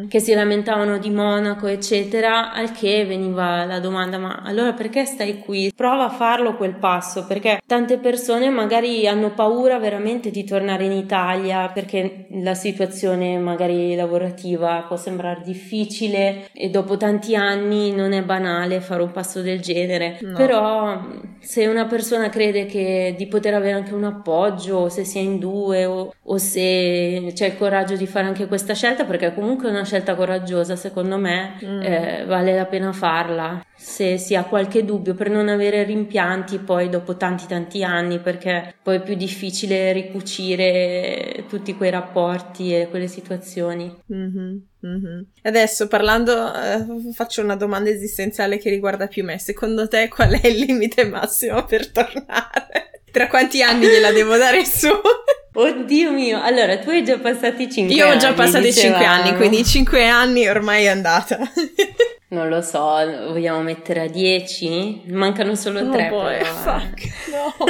che si lamentavano di Monaco eccetera, al che veniva la domanda: ma allora perché stai qui? Prova a farlo quel passo, perché tante persone magari hanno paura veramente di tornare in Italia perché la situazione magari lavorativa può sembrare difficile e dopo tanti anni non è banale fare un passo del genere, no. Però se una persona crede che di poter avere anche un appoggio, se si è in due o, o se c'è il coraggio di fare anche questa scelta, perché comunque è una scelta coraggiosa secondo me, mm. eh, vale la pena farla se si ha qualche dubbio, per non avere rimpianti poi dopo tanti tanti anni, perché poi è più difficile ricucire tutti quei rapporti e quelle situazioni. Mm-hmm, mm-hmm. Adesso parlando eh, faccio una domanda esistenziale che riguarda più me. Secondo te qual è il limite massimo per tornare? Tra quanti anni gliela devo dare su? Oddio mio, allora tu hai già passati cinque anni. Io ho già passati cinque anni, quindi cinque anni ormai è andata. Non lo so, vogliamo mettere a dieci? Mancano solo tre. Oh boy, però, fuck, eh. no.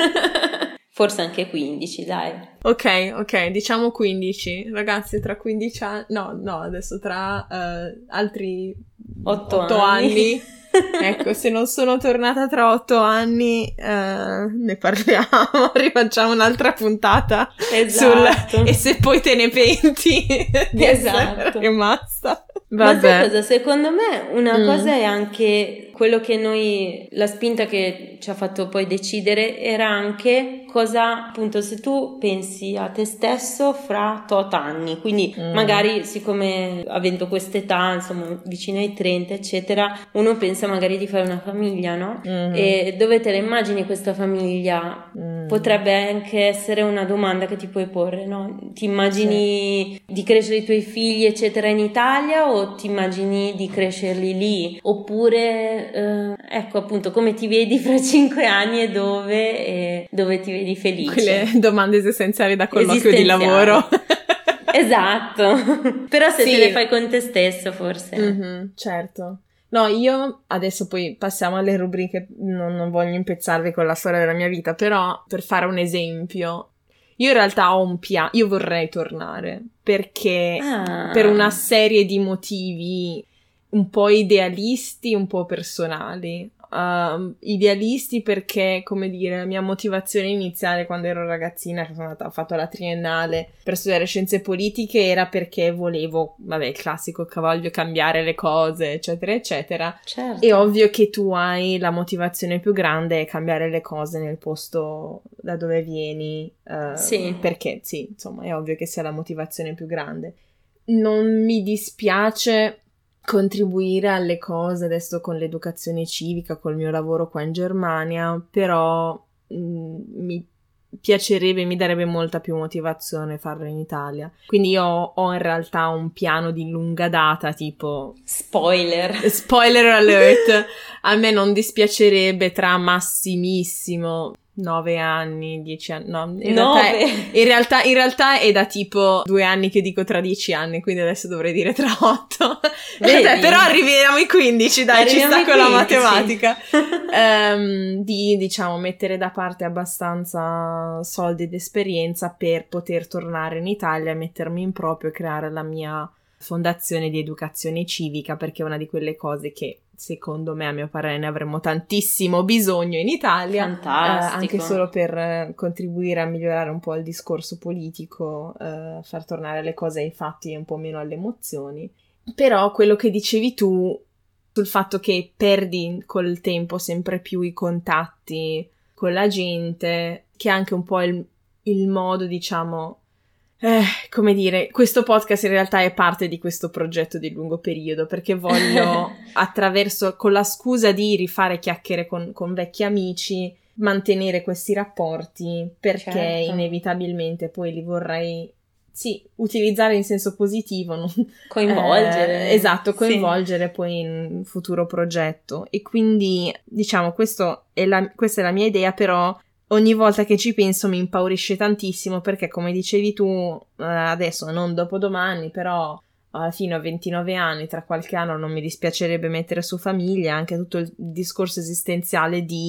Forse anche quindici, dai. Ok, ok, diciamo quindici. Ragazzi, tra quindici anni... No, no, adesso tra uh, altri otto otto anni. anni. Ecco, se non sono tornata tra otto anni, uh, ne parliamo, rifacciamo un'altra puntata. Esatto. Sul... E se poi te ne penti di esatto. essere rimasta. Vabbè. Ma sai Vabbè. cosa? Secondo me una mm. cosa è anche quello che noi, la spinta che ci ha fatto poi decidere era anche cosa, appunto, se tu pensi a te stesso fra tot anni, quindi mm. magari siccome avendo quest'età, insomma vicino ai trenta eccetera, uno pensa magari di fare una famiglia, no? Mm. E dove te la immagini questa famiglia? Mm. Potrebbe anche essere una domanda che ti puoi porre, no? Ti immagini sì. di crescere i tuoi figli eccetera in Italia o ti immagini di crescerli lì? Oppure eh, ecco appunto come ti vedi fra cinque anni e dove e dove ti vedi felice? Quelle domande esistenziali da colloquio di lavoro. Esatto. Però se sì. te le fai con te stesso forse. Mm-hmm, certo. No, io adesso poi passiamo alle rubriche, non, non voglio impezzarvi con la storia della mia vita, però per fare un esempio, io in realtà ho un piano, io vorrei tornare, perché ah. per una serie di motivi un po' idealisti, un po' personali. Uh, idealisti perché, come dire, la mia motivazione iniziale quando ero ragazzina, che sono andata, ho fatto la triennale per studiare scienze politiche, era perché volevo, vabbè, il classico che voglio cambiare le cose, eccetera, eccetera. Certo. È ovvio che tu hai la motivazione più grande è cambiare le cose nel posto da dove vieni, uh, sì. perché, sì, insomma, è ovvio che sia la motivazione più grande. Non mi dispiace contribuire alle cose adesso con l'educazione civica, col mio lavoro qua in Germania, però mh, mi piacerebbe, mi darebbe molta più motivazione farlo in Italia. Quindi io ho in realtà un piano di lunga data, tipo... Spoiler! Spoiler alert! A me non dispiacerebbe tra massimissimo... nove anni, dieci anni, no, in realtà, è, in, realtà, in realtà è da tipo due anni che dico tra dieci anni, quindi adesso dovrei dire tra otto. Però arriviamo ai quindici, dai, arriviamo ci sta con la matematica. um, di, diciamo, mettere da parte abbastanza soldi ed esperienza per poter tornare in Italia, mettermi in proprio e creare la mia fondazione di educazione civica, perché è una di quelle cose che secondo me, a mio parere, ne avremmo tantissimo bisogno in Italia. Fantastico. Eh, anche solo per eh, contribuire a migliorare un po' il discorso politico, eh, far tornare le cose ai fatti e un po' meno alle emozioni. Però quello che dicevi tu sul fatto che perdi col tempo sempre più i contatti con la gente, che è anche un po' il, il modo, diciamo... Eh, come dire, questo podcast in realtà è parte di questo progetto di lungo periodo, perché voglio attraverso, con la scusa di rifare chiacchiere con, con vecchi amici, mantenere questi rapporti, perché certo. inevitabilmente poi li vorrei, sì, utilizzare in senso positivo, non, coinvolgere. Eh, esatto, coinvolgere sì. poi in un futuro progetto. E quindi, diciamo, questo è la, questa è la mia idea, però ogni volta che ci penso mi impaurisce tantissimo, perché come dicevi tu, eh, adesso non dopodomani, però alla fine ho ventinove anni, tra qualche anno non mi dispiacerebbe mettere su famiglia, anche tutto il discorso esistenziale di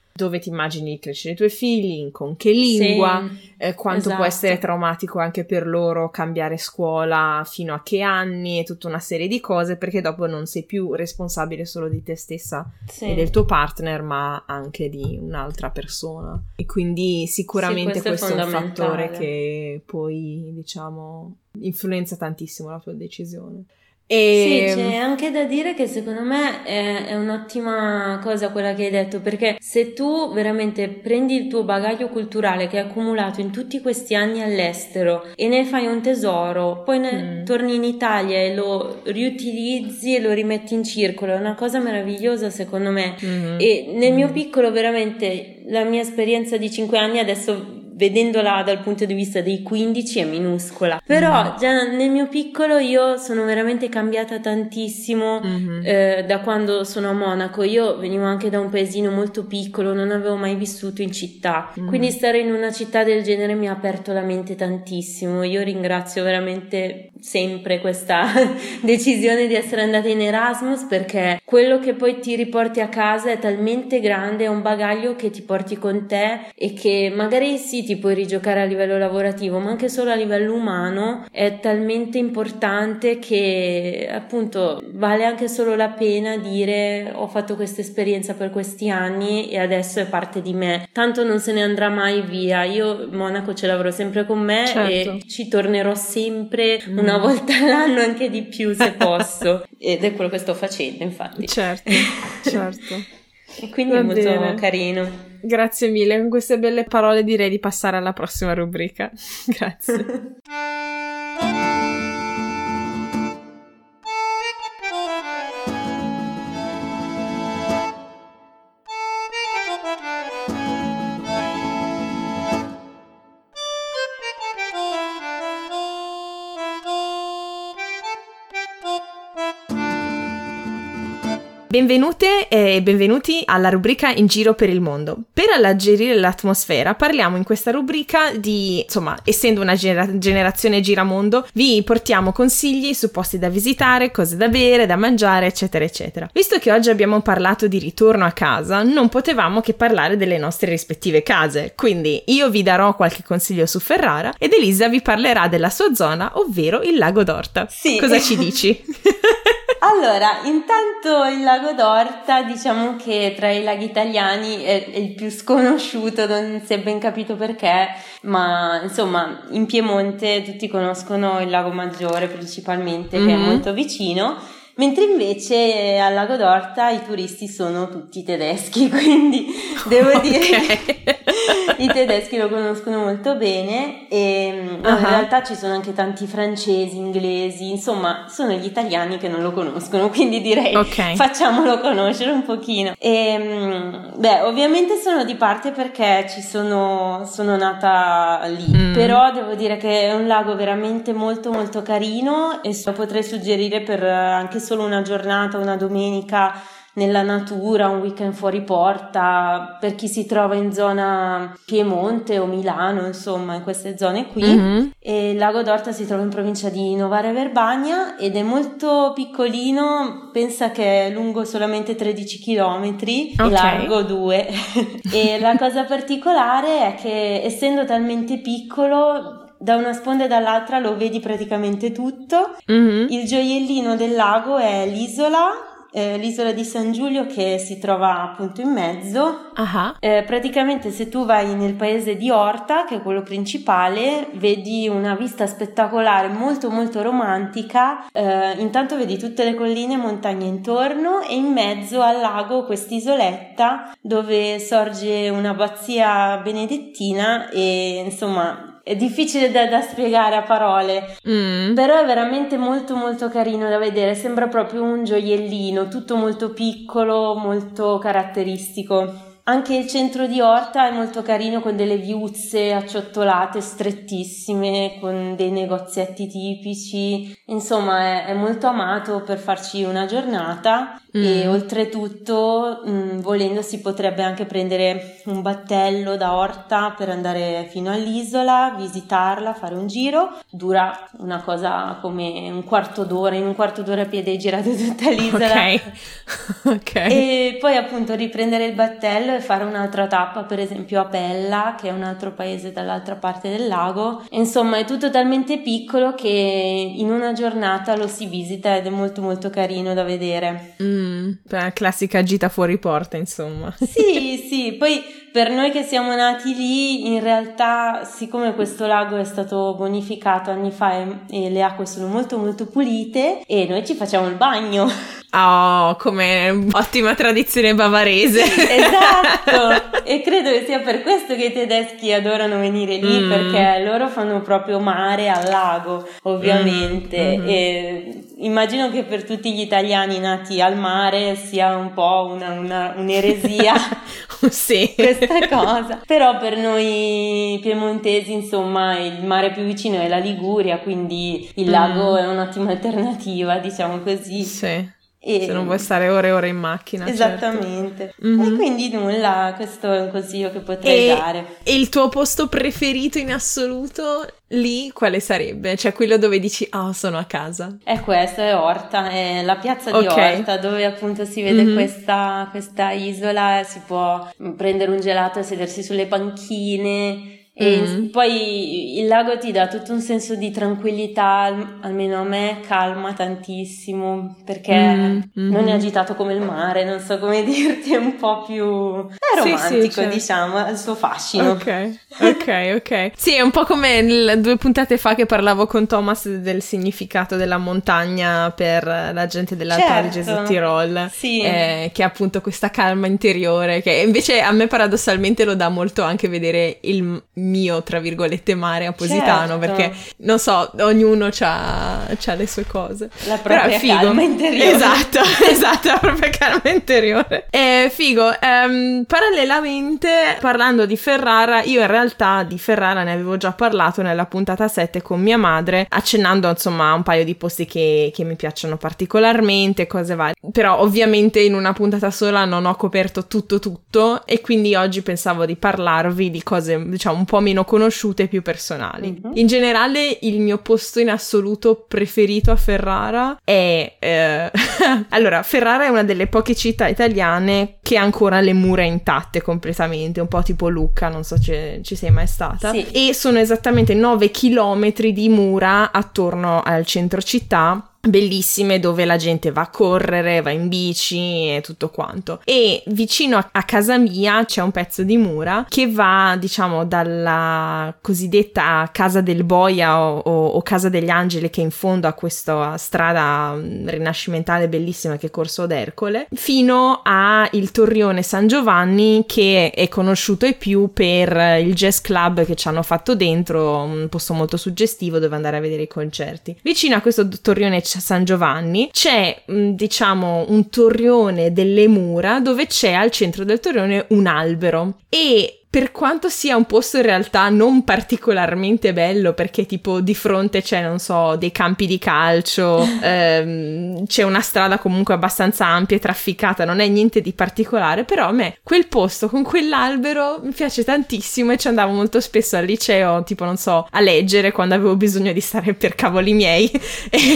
dove ti immagini di crescere i tuoi figli, con che lingua, sì, eh, quanto esatto. può essere traumatico anche per loro cambiare scuola, fino a che anni e tutta una serie di cose, perché dopo non sei più responsabile solo di te stessa sì. e del tuo partner, ma anche di un'altra persona. E quindi sicuramente sì, questo, questo è, è un fattore che poi, diciamo, influenza tantissimo la tua decisione. E... E... Sì, c'è anche da dire che secondo me è, è un'ottima cosa quella che hai detto, perché se tu veramente prendi il tuo bagaglio culturale che hai accumulato in tutti questi anni all'estero e ne fai un tesoro, poi ne mm. torni in Italia e lo riutilizzi e lo rimetti in circolo, è una cosa meravigliosa secondo me. Mm-hmm. E nel mm. mio piccolo veramente la mia esperienza di cinque anni adesso, vedendola dal punto di vista dei quindici, è minuscola, però mm. già nel mio piccolo io sono veramente cambiata tantissimo mm-hmm. eh, da quando sono a Monaco. Io venivo anche da un paesino molto piccolo, non avevo mai vissuto in città, mm. quindi stare in una città del genere mi ha aperto la mente tantissimo. Io ringrazio veramente sempre questa decisione di essere andata in Erasmus, perché quello che poi ti riporti a casa è talmente grande, è un bagaglio che ti porti con te e che magari sì ti puoi rigiocare a livello lavorativo, ma anche solo a livello umano è talmente importante che appunto vale anche solo la pena dire ho fatto questa esperienza per questi anni e adesso è parte di me, tanto non se ne andrà mai via. Io Monaco ce l'avrò sempre con me, certo. e ci tornerò sempre mm. una volta all'anno, anche di più se posso, ed è quello che sto facendo infatti. Certo, certo. E quindi Va è molto bene. Carino. Grazie mille, con queste belle parole direi di passare alla prossima rubrica. Grazie. Benvenute e benvenuti alla rubrica In Giro per il Mondo. Per alleggerire l'atmosfera parliamo in questa rubrica di, insomma, essendo una genera- generazione giramondo, vi portiamo consigli su posti da visitare, cose da bere, da mangiare, eccetera, eccetera. Visto che oggi abbiamo parlato di ritorno a casa, non potevamo che parlare delle nostre rispettive case, quindi io vi darò qualche consiglio su Ferrara ed Elisa vi parlerà della sua zona, ovvero il Lago d'Orta. Sì. Cosa ci dici? Allora, intanto il Lago d'Orta, diciamo che tra i laghi italiani è, è il più sconosciuto, non si è ben capito perché, ma insomma in Piemonte tutti conoscono il Lago Maggiore principalmente, mm-hmm. che è molto vicino, mentre invece al Lago d'Orta i turisti sono tutti tedeschi, quindi devo okay. dire che i tedeschi lo conoscono molto bene e uh-huh. in realtà ci sono anche tanti francesi, inglesi, insomma sono gli italiani che non lo conoscono, quindi direi okay. facciamolo conoscere un pochino. E beh, ovviamente sono di parte perché ci sono sono nata lì, mm. però devo dire che è un lago veramente molto molto carino e lo potrei suggerire per anche solo una giornata, una domenica nella natura, un weekend fuori porta, per chi si trova in zona Piemonte o Milano, insomma in queste zone qui. Mm-hmm. E il Lago d'Orta si trova in provincia di Novara e Verbania ed è molto piccolino, pensa che è lungo solamente tredici chilometri okay. e largo due. E la cosa particolare è che essendo talmente piccolo, da una sponda e dall'altra lo vedi praticamente tutto. Mm-hmm. Il gioiellino del lago è l'isola Eh, l'isola di San Giulio che si trova appunto in mezzo. Uh-huh. Eh, praticamente se tu vai nel paese di Orta, che è quello principale, vedi una vista spettacolare molto molto romantica. Eh, intanto vedi tutte le colline e montagne intorno e in mezzo al lago quest'isoletta dove sorge un'abbazia benedettina e insomma è difficile da, da spiegare a parole, mm. però è veramente molto molto carino da vedere, sembra proprio un gioiellino, tutto molto piccolo, molto caratteristico. Anche il centro di Orta è molto carino con delle viuzze acciottolate strettissime, con dei negozietti tipici, insomma è, è molto amato per farci una giornata mm. e oltretutto mh, volendo si potrebbe anche prendere un battello da Orta per andare fino all'isola, visitarla, fare un giro, dura una cosa come un quarto d'ora, in un quarto d'ora a piedi hai girato tutta l'isola. Ok, ok. E poi appunto riprendere il battello piacerebbe fare un'altra tappa, per esempio a Pella, che è un altro paese dall'altra parte del lago. E insomma è tutto talmente piccolo che in una giornata lo si visita ed è molto molto carino da vedere. Mm, la classica gita fuori porta, insomma. Sì, sì, poi per noi che siamo nati lì, in realtà, siccome questo lago è stato bonificato anni fa e, e le acque sono molto molto pulite, e noi ci facciamo il bagno. Oh, come ottima tradizione bavarese. Esatto, e credo che sia per questo che i tedeschi adorano venire lì, mm. perché loro fanno proprio mare al lago, ovviamente. Mm. E immagino che per tutti gli italiani nati al mare sia un po' una, una, un'eresia. Sì. Questa cosa, però per noi piemontesi, insomma, il mare più vicino è la Liguria, quindi il mm. lago è un'ottima alternativa, diciamo così. Sì. E... se non vuoi stare ore e ore in macchina. Esattamente. Certo. Mm-hmm. E quindi nulla, questo è un consiglio che potrei e, dare. E il tuo posto preferito in assoluto lì quale sarebbe? Cioè quello dove dici oh sono a casa? È questo, è Orta, è la piazza di okay. Orta, dove appunto si vede mm-hmm. questa, questa isola, si può prendere un gelato e sedersi sulle panchine. E mm. poi il lago ti dà tutto un senso di tranquillità, almeno a me calma tantissimo, perché mm. non è agitato come il mare, non so come dirti, è un po' più è romantico, sì, sì, certo. diciamo, ha il suo fascino. Ok, ok, ok. Sì, è un po' come il, due puntate fa che parlavo con Thomas del significato della montagna per la gente dell'Alta certo. Adige e Tirol, sì. eh, che ha appunto questa calma interiore, che invece a me paradossalmente lo dà molto anche vedere il mio, tra virgolette, mare apositano, certo. perché non so, ognuno c'ha, c'ha le sue cose. La propria però è figo. Calma interiore. Esatto, esatto, la propria calma interiore. È figo. Um, parallelamente, parlando di Ferrara, io in realtà di Ferrara ne avevo già parlato nella puntata sette con mia madre, accennando insomma a un paio di posti che, che mi piacciono particolarmente, cose varie. Però ovviamente in una puntata sola non ho coperto tutto tutto, e quindi oggi pensavo di parlarvi di cose, diciamo, un po' meno conosciute e più personali. Mm-hmm. In generale il mio posto in assoluto preferito a Ferrara è eh... allora, Ferrara è una delle poche città italiane che ha ancora le mura intatte completamente, un po' tipo Lucca, non so se ci sei mai stata. Sì. E sono esattamente nove chilometri di mura attorno al centro città, bellissime, dove la gente va a correre, va in bici e tutto quanto. E vicino a, a casa mia c'è un pezzo di mura che va, diciamo, dalla cosiddetta Casa del Boia o, o, o Casa degli Angeli, che è in fondo a questa strada rinascimentale bellissima che è Corso d'Ercole, fino a il Torrione San Giovanni, che è conosciuto e più per il jazz club che ci hanno fatto dentro, un posto molto suggestivo dove andare a vedere i concerti. Vicino a questo Torrione San Giovanni c'è, diciamo, un torrione delle mura dove c'è al centro del torrione un albero, e per quanto sia un posto in realtà non particolarmente bello, perché tipo di fronte c'è, non so, dei campi di calcio, ehm, c'è una strada comunque abbastanza ampia e trafficata, non è niente di particolare, però a me quel posto con quell'albero mi piace tantissimo, e ci andavo molto spesso al liceo, tipo, non so, a leggere quando avevo bisogno di stare per cavoli miei. e,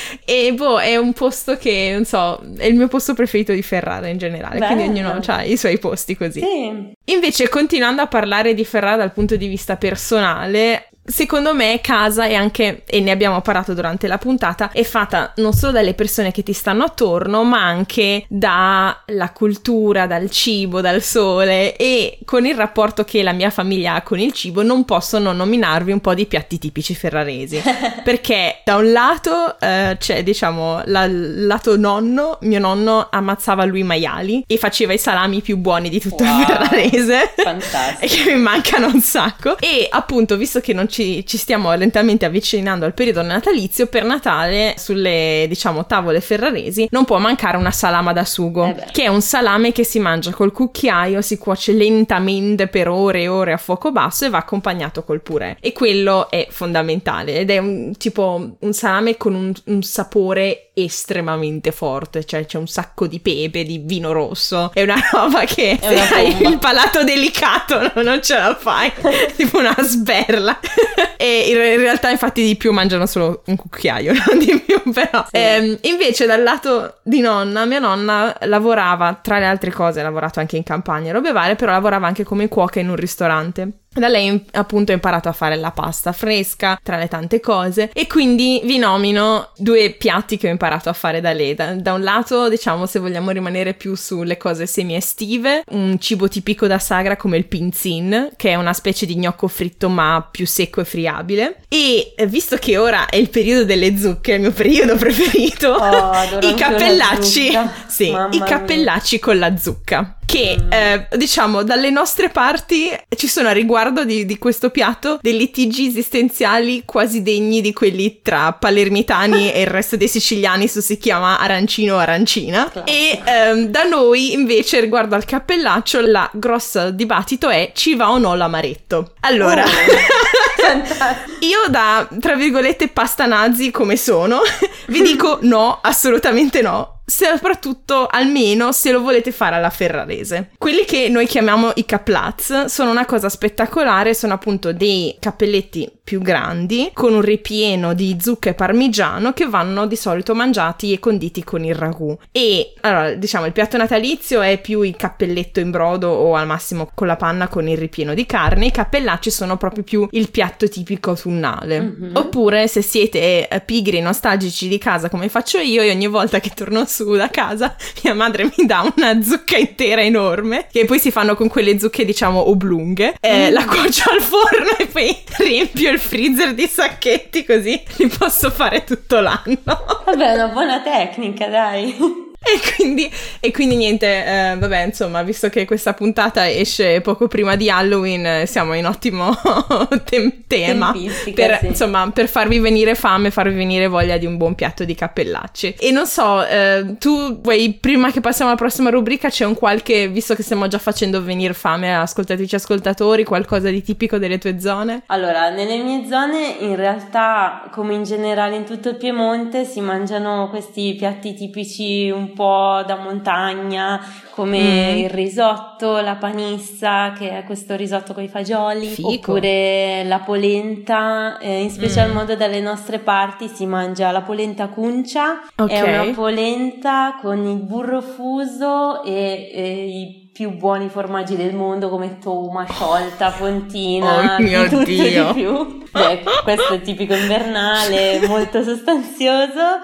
e boh, è un posto che, non so, è il mio posto preferito di Ferrara in generale. Bello. Quindi ognuno ha i suoi posti così. Sì. Invece, continuando a parlare di Ferrara dal punto di vista personale, secondo me casa è anche, e ne abbiamo parlato durante la puntata, è fatta non solo dalle persone che ti stanno attorno, ma anche dalla cultura, dal cibo, dal sole, e con il rapporto che la mia famiglia ha con il cibo non posso non nominarvi un po' di piatti tipici ferraresi, perché da un lato eh, c'è, diciamo, la, il lato nonno, mio nonno ammazzava lui maiali e faceva i salami più buoni di tutto wow, il ferrarese, fantastico, e che mi mancano un sacco. E appunto, visto che non ci Ci, ci stiamo lentamente avvicinando al periodo natalizio, per Natale sulle, diciamo, tavole ferraresi non può mancare una salama da sugo, eh che è un salame che si mangia col cucchiaio, si cuoce lentamente per ore e ore a fuoco basso e va accompagnato col purè, e quello è fondamentale, ed è un tipo un salame con un, un sapore estremamente forte, cioè c'è un sacco di pepe, di vino rosso, è una roba che è una se hai il palato delicato non ce la fai, tipo una sberla. E in, in realtà infatti di più mangiano solo un cucchiaio, non di più però. Sì. E, invece dal lato di nonna, mia nonna lavorava, tra le altre cose, ha lavorato anche in campagna e robe varie, però lavorava anche come cuoca in un ristorante. Da lei appunto ho imparato a fare la pasta fresca, tra le tante cose, e quindi vi nomino due piatti che ho imparato a fare da lei. Da, da un lato, diciamo, se vogliamo rimanere più sulle cose semi-estive, un cibo tipico da Sagra come il pinzin, che è una specie di gnocco fritto ma più secco e friabile. E visto che ora è il periodo delle zucche, il mio periodo preferito, oh, i cappellacci, sì, i cappellacci mia. Con la zucca. Che, mm. eh, diciamo, dalle nostre parti ci sono a riguardo di, di questo piatto dei litigi esistenziali quasi degni di quelli tra palermitani e il resto dei siciliani su si chiama arancino o arancina. Classico. E ehm, da noi, invece, riguardo al cappellaccio, il grosso dibattito è ci va o no l'amaretto. Allora... Oh. Io da, tra virgolette, pasta nazi come sono, vi dico no, assolutamente no. Soprattutto, almeno, se lo volete fare alla ferrarese. Quelli che noi chiamiamo i caplats sono una cosa spettacolare, sono appunto dei cappelletti più grandi con un ripieno di zucca e parmigiano che vanno di solito mangiati e conditi con il ragù. E allora, diciamo, il piatto natalizio è più il cappelletto in brodo o al massimo con la panna con il ripieno di carne. I cappellacci sono proprio più il piatto tipico autunnale. Mm-hmm. Oppure, se siete eh, pigri e nostalgici di casa come faccio io, e ogni volta che torno su da casa mia madre mi dà una zucca intera enorme, che poi si fanno con quelle zucche diciamo oblunghe, eh, mm. la cuocio al forno e poi riempio il freezer di sacchetti, così li posso fare tutto l'anno. Vabbè, è una buona tecnica, dai. E quindi, e quindi niente, eh, vabbè, insomma, visto che questa puntata esce poco prima di Halloween, eh, siamo in ottimo te- tema per, sì. insomma, per farvi venire fame, farvi venire voglia di un buon piatto di cappellacci. E non so, eh, tu vuoi, prima che passiamo alla prossima rubrica, c'è un qualche, visto che stiamo già facendo venire fame a ascoltatrici e ascoltatori, qualcosa di tipico delle tue zone? Allora, nelle mie zone, in realtà, come in generale in tutto il Piemonte, si mangiano questi piatti tipici un un po' da montagna, come mm. il risotto, la panissa, che è questo risotto con i fagioli, Fico. Oppure la polenta, eh, in special mm. modo dalle nostre parti si mangia la polenta cuncia, okay. È una polenta con il burro fuso e, e i più buoni formaggi del mondo come Toma, Sciolta, Fontina, oh mio di tutto Dio. Di più. Beh, questo è tipico invernale, molto sostanzioso.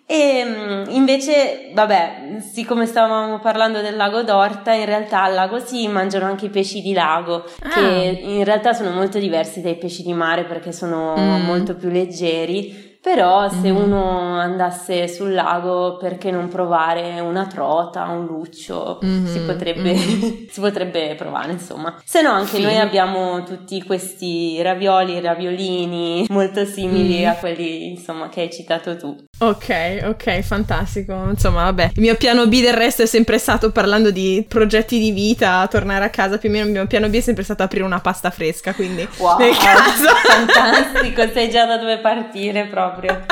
E invece, vabbè, siccome stavamo parlando del lago d'Orta, in realtà al lago si mangiano anche i pesci di lago, ah. che in realtà sono molto diversi dai pesci di mare perché sono mm. molto più leggeri. Però se mm. uno andasse sul lago, perché non provare una trota, un luccio, mm-hmm. si potrebbe mm. si potrebbe provare, insomma. Se no anche sì. noi abbiamo tutti questi ravioli, raviolini molto simili mm. a quelli, insomma, che hai citato tu. Ok, ok, fantastico. Insomma, vabbè, il mio piano B del resto è sempre stato, per di progetti di vita, tornare a casa, più o meno il mio piano B è sempre stato aprire una pasta fresca, quindi wow, nel caso fantastico, sai già da dove partire proprio.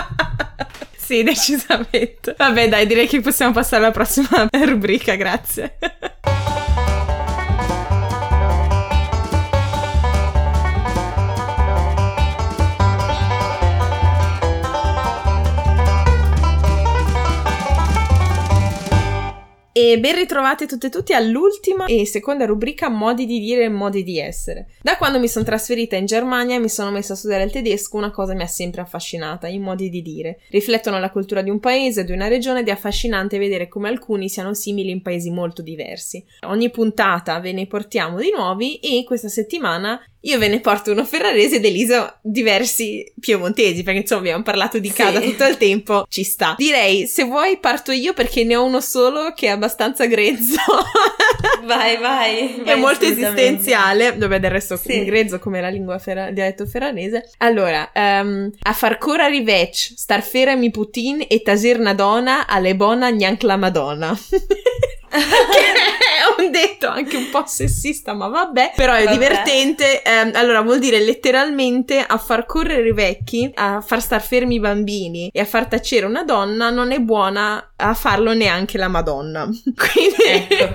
Sì, decisamente. Vabbè, dai, direi che possiamo passare alla prossima rubrica, grazie. E ben ritrovate tutte e tutti all'ultima e seconda rubrica modi di dire e modi di essere. Da quando mi sono trasferita in Germania e mi sono messa a studiare il tedesco, una cosa mi ha sempre affascinata, i modi di dire. Riflettono la cultura di un paese, di una regione, ed è affascinante vedere come alcuni siano simili in paesi molto diversi. Ogni puntata ve ne portiamo di nuovi e questa settimana io ve ne porto uno ferrarese ed Elisa diversi piemontesi, perché insomma abbiamo parlato di casa sì. tutto il tempo, ci sta. Direi, se vuoi parto io perché ne ho uno solo che è abbastanza grezzo. Vai, vai. È molto esistenziale, dove del resto sì. grezzo come la lingua ferra- dialetto ferrarese. Allora, um, a far cora rivec, star fera mi putin e tasir na dona alle bona gnanc la madonna. Che è un detto anche un po' sessista, ma vabbè, però è vabbè. divertente. Eh, allora vuol dire letteralmente a far correre i vecchi, a far star fermi i bambini e a far tacere una donna non è buona a farlo neanche la Madonna. Quindi ecco.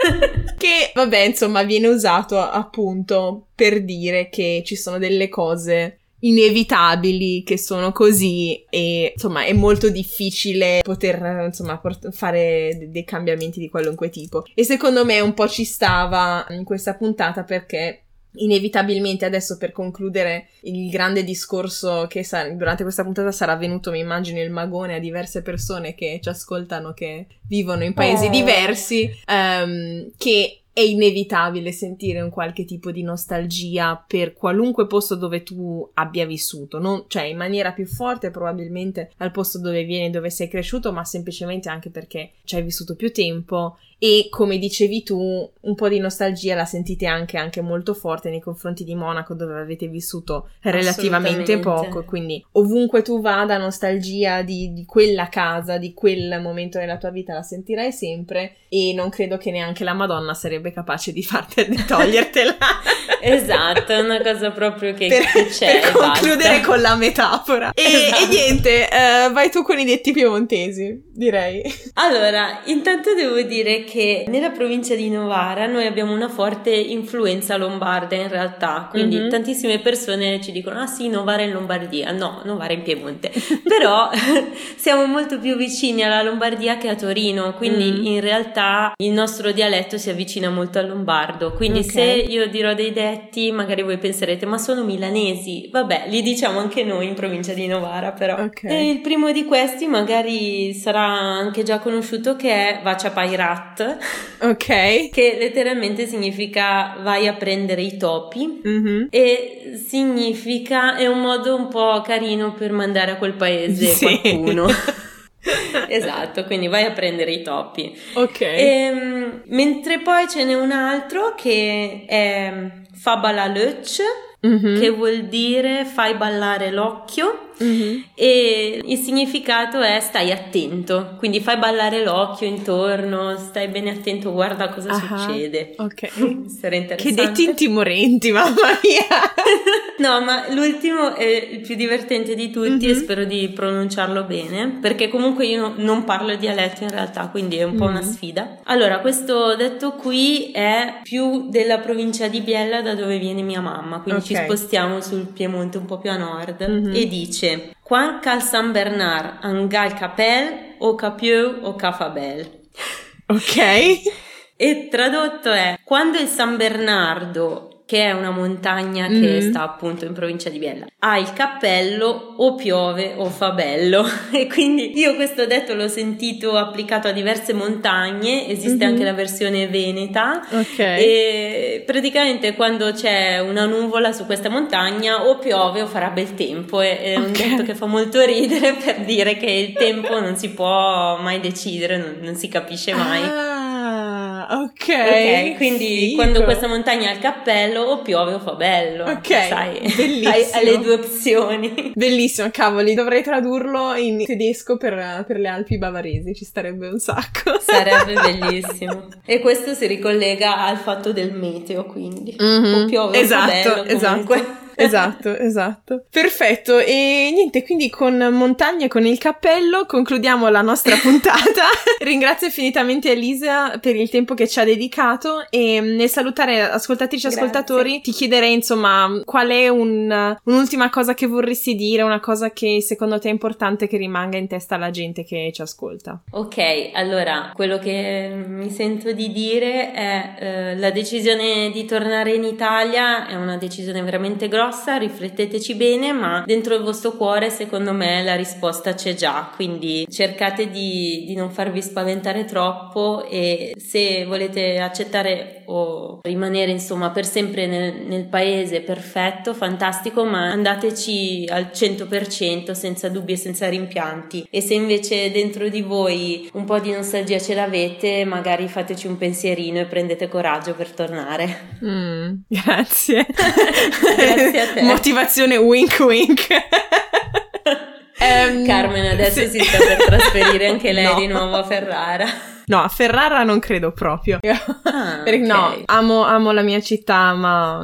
Che, vabbè, insomma, viene usato appunto per dire che ci sono delle cose inevitabili che sono così e insomma è molto difficile poter insomma port- fare de- dei cambiamenti di qualunque tipo, e secondo me un po' ci stava in questa puntata, perché inevitabilmente adesso, per concludere il grande discorso che sa- durante questa puntata sarà venuto, mi immagino, il magone a diverse persone che ci ascoltano, che vivono in paesi oh. diversi, um, che è inevitabile sentire un qualche tipo di nostalgia per qualunque posto dove tu abbia vissuto, non, cioè in maniera più forte probabilmente al posto dove vieni, dove sei cresciuto, ma semplicemente anche perché ci hai vissuto più tempo. E come dicevi tu, un po' di nostalgia la sentite anche, anche molto forte nei confronti di Monaco, dove avete vissuto relativamente poco, quindi ovunque tu vada nostalgia di, di quella casa, di quel momento della tua vita la sentirai sempre, e non credo che neanche la Madonna sarebbe capace di fartela, di togliertela. Esatto, è una cosa proprio che, per, che c'è. Per concludere con la metafora. E, esatto. E niente, uh, vai tu con i detti piemontesi, direi. Allora, intanto devo dire che nella provincia di Novara noi abbiamo una forte influenza lombarda in realtà, quindi mm-hmm. tantissime persone ci dicono ah sì, Novara in Lombardia, no, Novara in Piemonte, però siamo molto più vicini alla Lombardia che a Torino, quindi mm. in realtà il nostro dialetto si avvicina molto al lombardo, quindi okay. se io dirò dei detti magari voi penserete ma sono milanesi, vabbè, li diciamo anche noi in provincia di Novara però. Okay. E il primo di questi magari sarà anche già conosciuto, che è Vacia Pairat. Ok. Che letteralmente significa vai a prendere i topi, mm-hmm. e significa, è un modo un po' carino per mandare a quel paese sì. qualcuno. Esatto, quindi vai a prendere i topi. Ok. E, mentre poi ce n'è un altro che è Fabala Löc, mm-hmm. che vuol dire fai ballare l'occhio. Mm-hmm. E il significato è stai attento, quindi fai ballare l'occhio intorno, stai bene attento, guarda cosa uh-huh. succede. Ok. Sarà interessante. Che detti intimorenti, mamma mia. No, ma l'ultimo è il più divertente di tutti, mm-hmm. e spero di pronunciarlo bene, perché comunque io non parlo dialetto in realtà, quindi è un po' mm-hmm. una sfida. Allora, questo detto qui è più della provincia di Biella, da dove viene mia mamma, quindi okay. ci spostiamo sul Piemonte un po' più a nord, mm-hmm. e dice: Quan cal San Bernard angal capel o capieu o cafabel. Ok. E tradotto è: quando il San Bernardo, che è una montagna che mm. sta appunto in provincia di Biella, ha il cappello, o piove o fa bello. E quindi io questo detto l'ho sentito applicato a diverse montagne, esiste mm-hmm. anche la versione veneta, okay. e praticamente quando c'è una nuvola su questa montagna o piove o farà bel tempo, è un okay. detto che fa molto ridere per dire che il tempo non si può mai decidere, non, non si capisce mai. Ah, ok. Ok, quindi Figo. Quando questa montagna ha il cappello o piove o fa bello. Ok, sai, bellissimo. Hai, hai le due opzioni. Bellissimo, cavoli, dovrei tradurlo in tedesco per, per le Alpi bavaresi, ci starebbe un sacco. Sarebbe bellissimo. E questo si ricollega al fatto del meteo, quindi mm-hmm. o piove esatto, o fa bello comunque. Esatto. Esatto, esatto. Perfetto, e niente, quindi con montagne, con il cappello concludiamo la nostra puntata. Ringrazio infinitamente Elisa per il tempo che ci ha dedicato, e nel salutare ascoltatrici e ascoltatori ti chiederei insomma qual è un, un'ultima cosa che vorresti dire, una cosa che secondo te è importante che rimanga in testa alla gente che ci ascolta. Ok, allora quello che mi sento di dire è eh, la decisione di tornare in Italia è una decisione veramente grossa. Rifletteteci bene, ma dentro il vostro cuore secondo me la risposta c'è già, quindi cercate di, di non farvi spaventare troppo, e se volete accettare o rimanere insomma per sempre nel, nel paese, perfetto, fantastico, ma andateci al cento per cento senza dubbi e senza rimpianti. E se invece dentro di voi un po' di nostalgia ce l'avete, magari fateci un pensierino e prendete coraggio per tornare. Mm, grazie. Grazie a te. Motivazione wink wink. um, Carmen adesso sì. si sta per trasferire anche lei no. di nuovo a Ferrara. No, a Ferrara non credo proprio. Ah, Perché okay. no, amo, amo la mia città, ma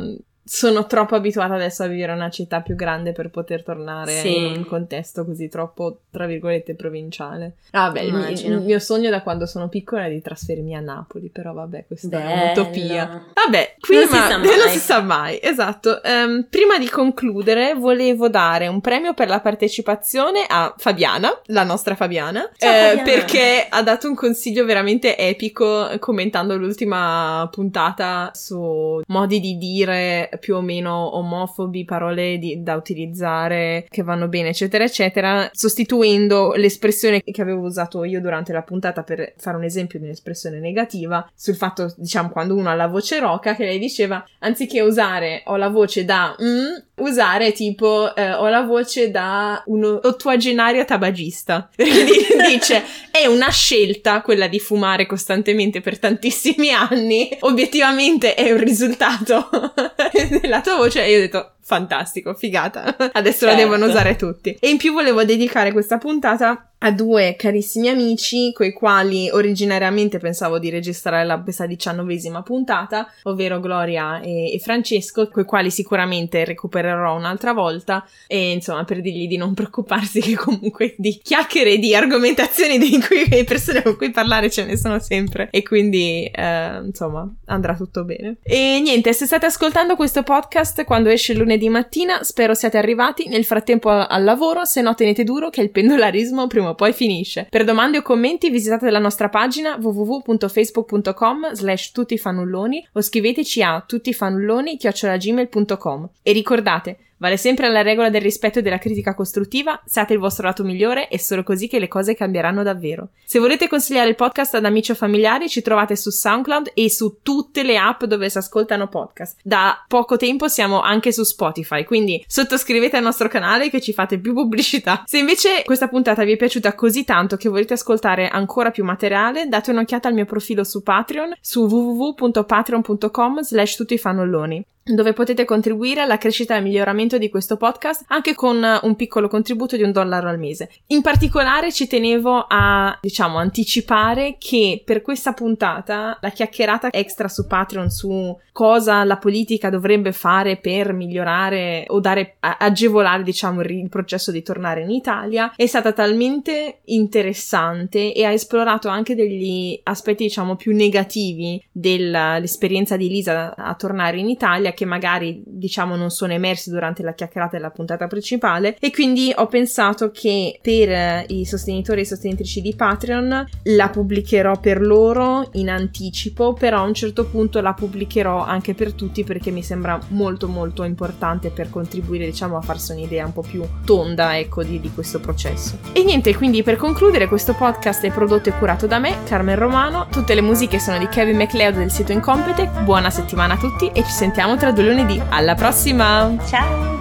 sono troppo abituata adesso a vivere in una città più grande per poter tornare sì. in un contesto così troppo, tra virgolette, provinciale. Ah, vabbè, il, il mio sogno da quando sono piccola è di trasferirmi a Napoli, però vabbè, questa Bello. è un'utopia. Vabbè, qui non, ma, si, sa mai. non si sa mai, esatto. Um, prima di concludere volevo dare un premio per la partecipazione a Fabiana, la nostra Fabiana, Ciao, eh, Fabiana. perché ha dato un consiglio veramente epico commentando l'ultima puntata su modi di dire più o meno omofobi, parole di, da utilizzare che vanno bene, eccetera, eccetera, sostituendo l'espressione che avevo usato io durante la puntata per fare un esempio di un'espressione negativa sul fatto, diciamo, quando uno ha la voce roca, che lei diceva, anziché usare ho la voce da mm, usare tipo eh, ho la voce da un ottuagenario tabagista, perché dice è una scelta quella di fumare costantemente per tantissimi anni, obiettivamente è un risultato della tua voce, e io ho detto fantastico, figata, adesso certo. la devono usare tutti. E in più volevo dedicare questa puntata a due carissimi amici coi quali originariamente pensavo di registrare la questa diciannovesima puntata, ovvero Gloria e, e Francesco, coi quali sicuramente recupererò un'altra volta, e insomma per dirgli di non preoccuparsi, che comunque di chiacchiere e di argomentazioni di cui le persone con cui parlare ce ne sono sempre, e quindi eh, insomma andrà tutto bene. E niente, se state ascoltando questo podcast quando esce lunedì mattina, spero siate arrivati nel frattempo al lavoro, se no tenete duro che il pendolarismo prima o poi finisce. Per domande o commenti visitate la nostra pagina w w w punto facebook punto com slash tuttifanulloni o scriveteci a tuttifanulloni chiocciola gmail punto com. E ricordate, vale sempre la regola del rispetto e della critica costruttiva, siate il vostro lato migliore, è solo così che le cose cambieranno davvero. Se volete consigliare il podcast ad amici o familiari, ci trovate su SoundCloud e su tutte le app dove si ascoltano podcast. Da poco tempo siamo anche su Spotify, quindi sottoscrivete al nostro canale che ci fate più pubblicità. Se invece questa puntata vi è piaciuta così tanto che volete ascoltare ancora più materiale, date un'occhiata al mio profilo su Patreon, su w w w punto patreon punto com slash tuttifanulloni, dove potete contribuire alla crescita e al miglioramento di questo podcast anche con un piccolo contributo di un dollaro al mese. In particolare ci tenevo a, diciamo, anticipare che per questa puntata la chiacchierata extra su Patreon su cosa la politica dovrebbe fare per migliorare o dare, agevolare, diciamo, il, il processo di tornare in Italia è stata talmente interessante e ha esplorato anche degli aspetti, diciamo, più negativi dell'esperienza di Lisa a tornare in Italia, che magari, diciamo, non sono emersi durante la chiacchierata della puntata principale, e quindi ho pensato che per i sostenitori e sostenitrici di Patreon la pubblicherò per loro in anticipo, però a un certo punto la pubblicherò anche per tutti, perché mi sembra molto molto importante per contribuire, diciamo, a farsi un'idea un po' più tonda, ecco, di, di questo processo. E niente, quindi per concludere, questo podcast è prodotto e curato da me, Carmen Romano, tutte le musiche sono di Kevin MacLeod del sito Incompetech. Buona settimana a tutti e ci sentiamo tra due lunedì. Alla prossima! Ciao!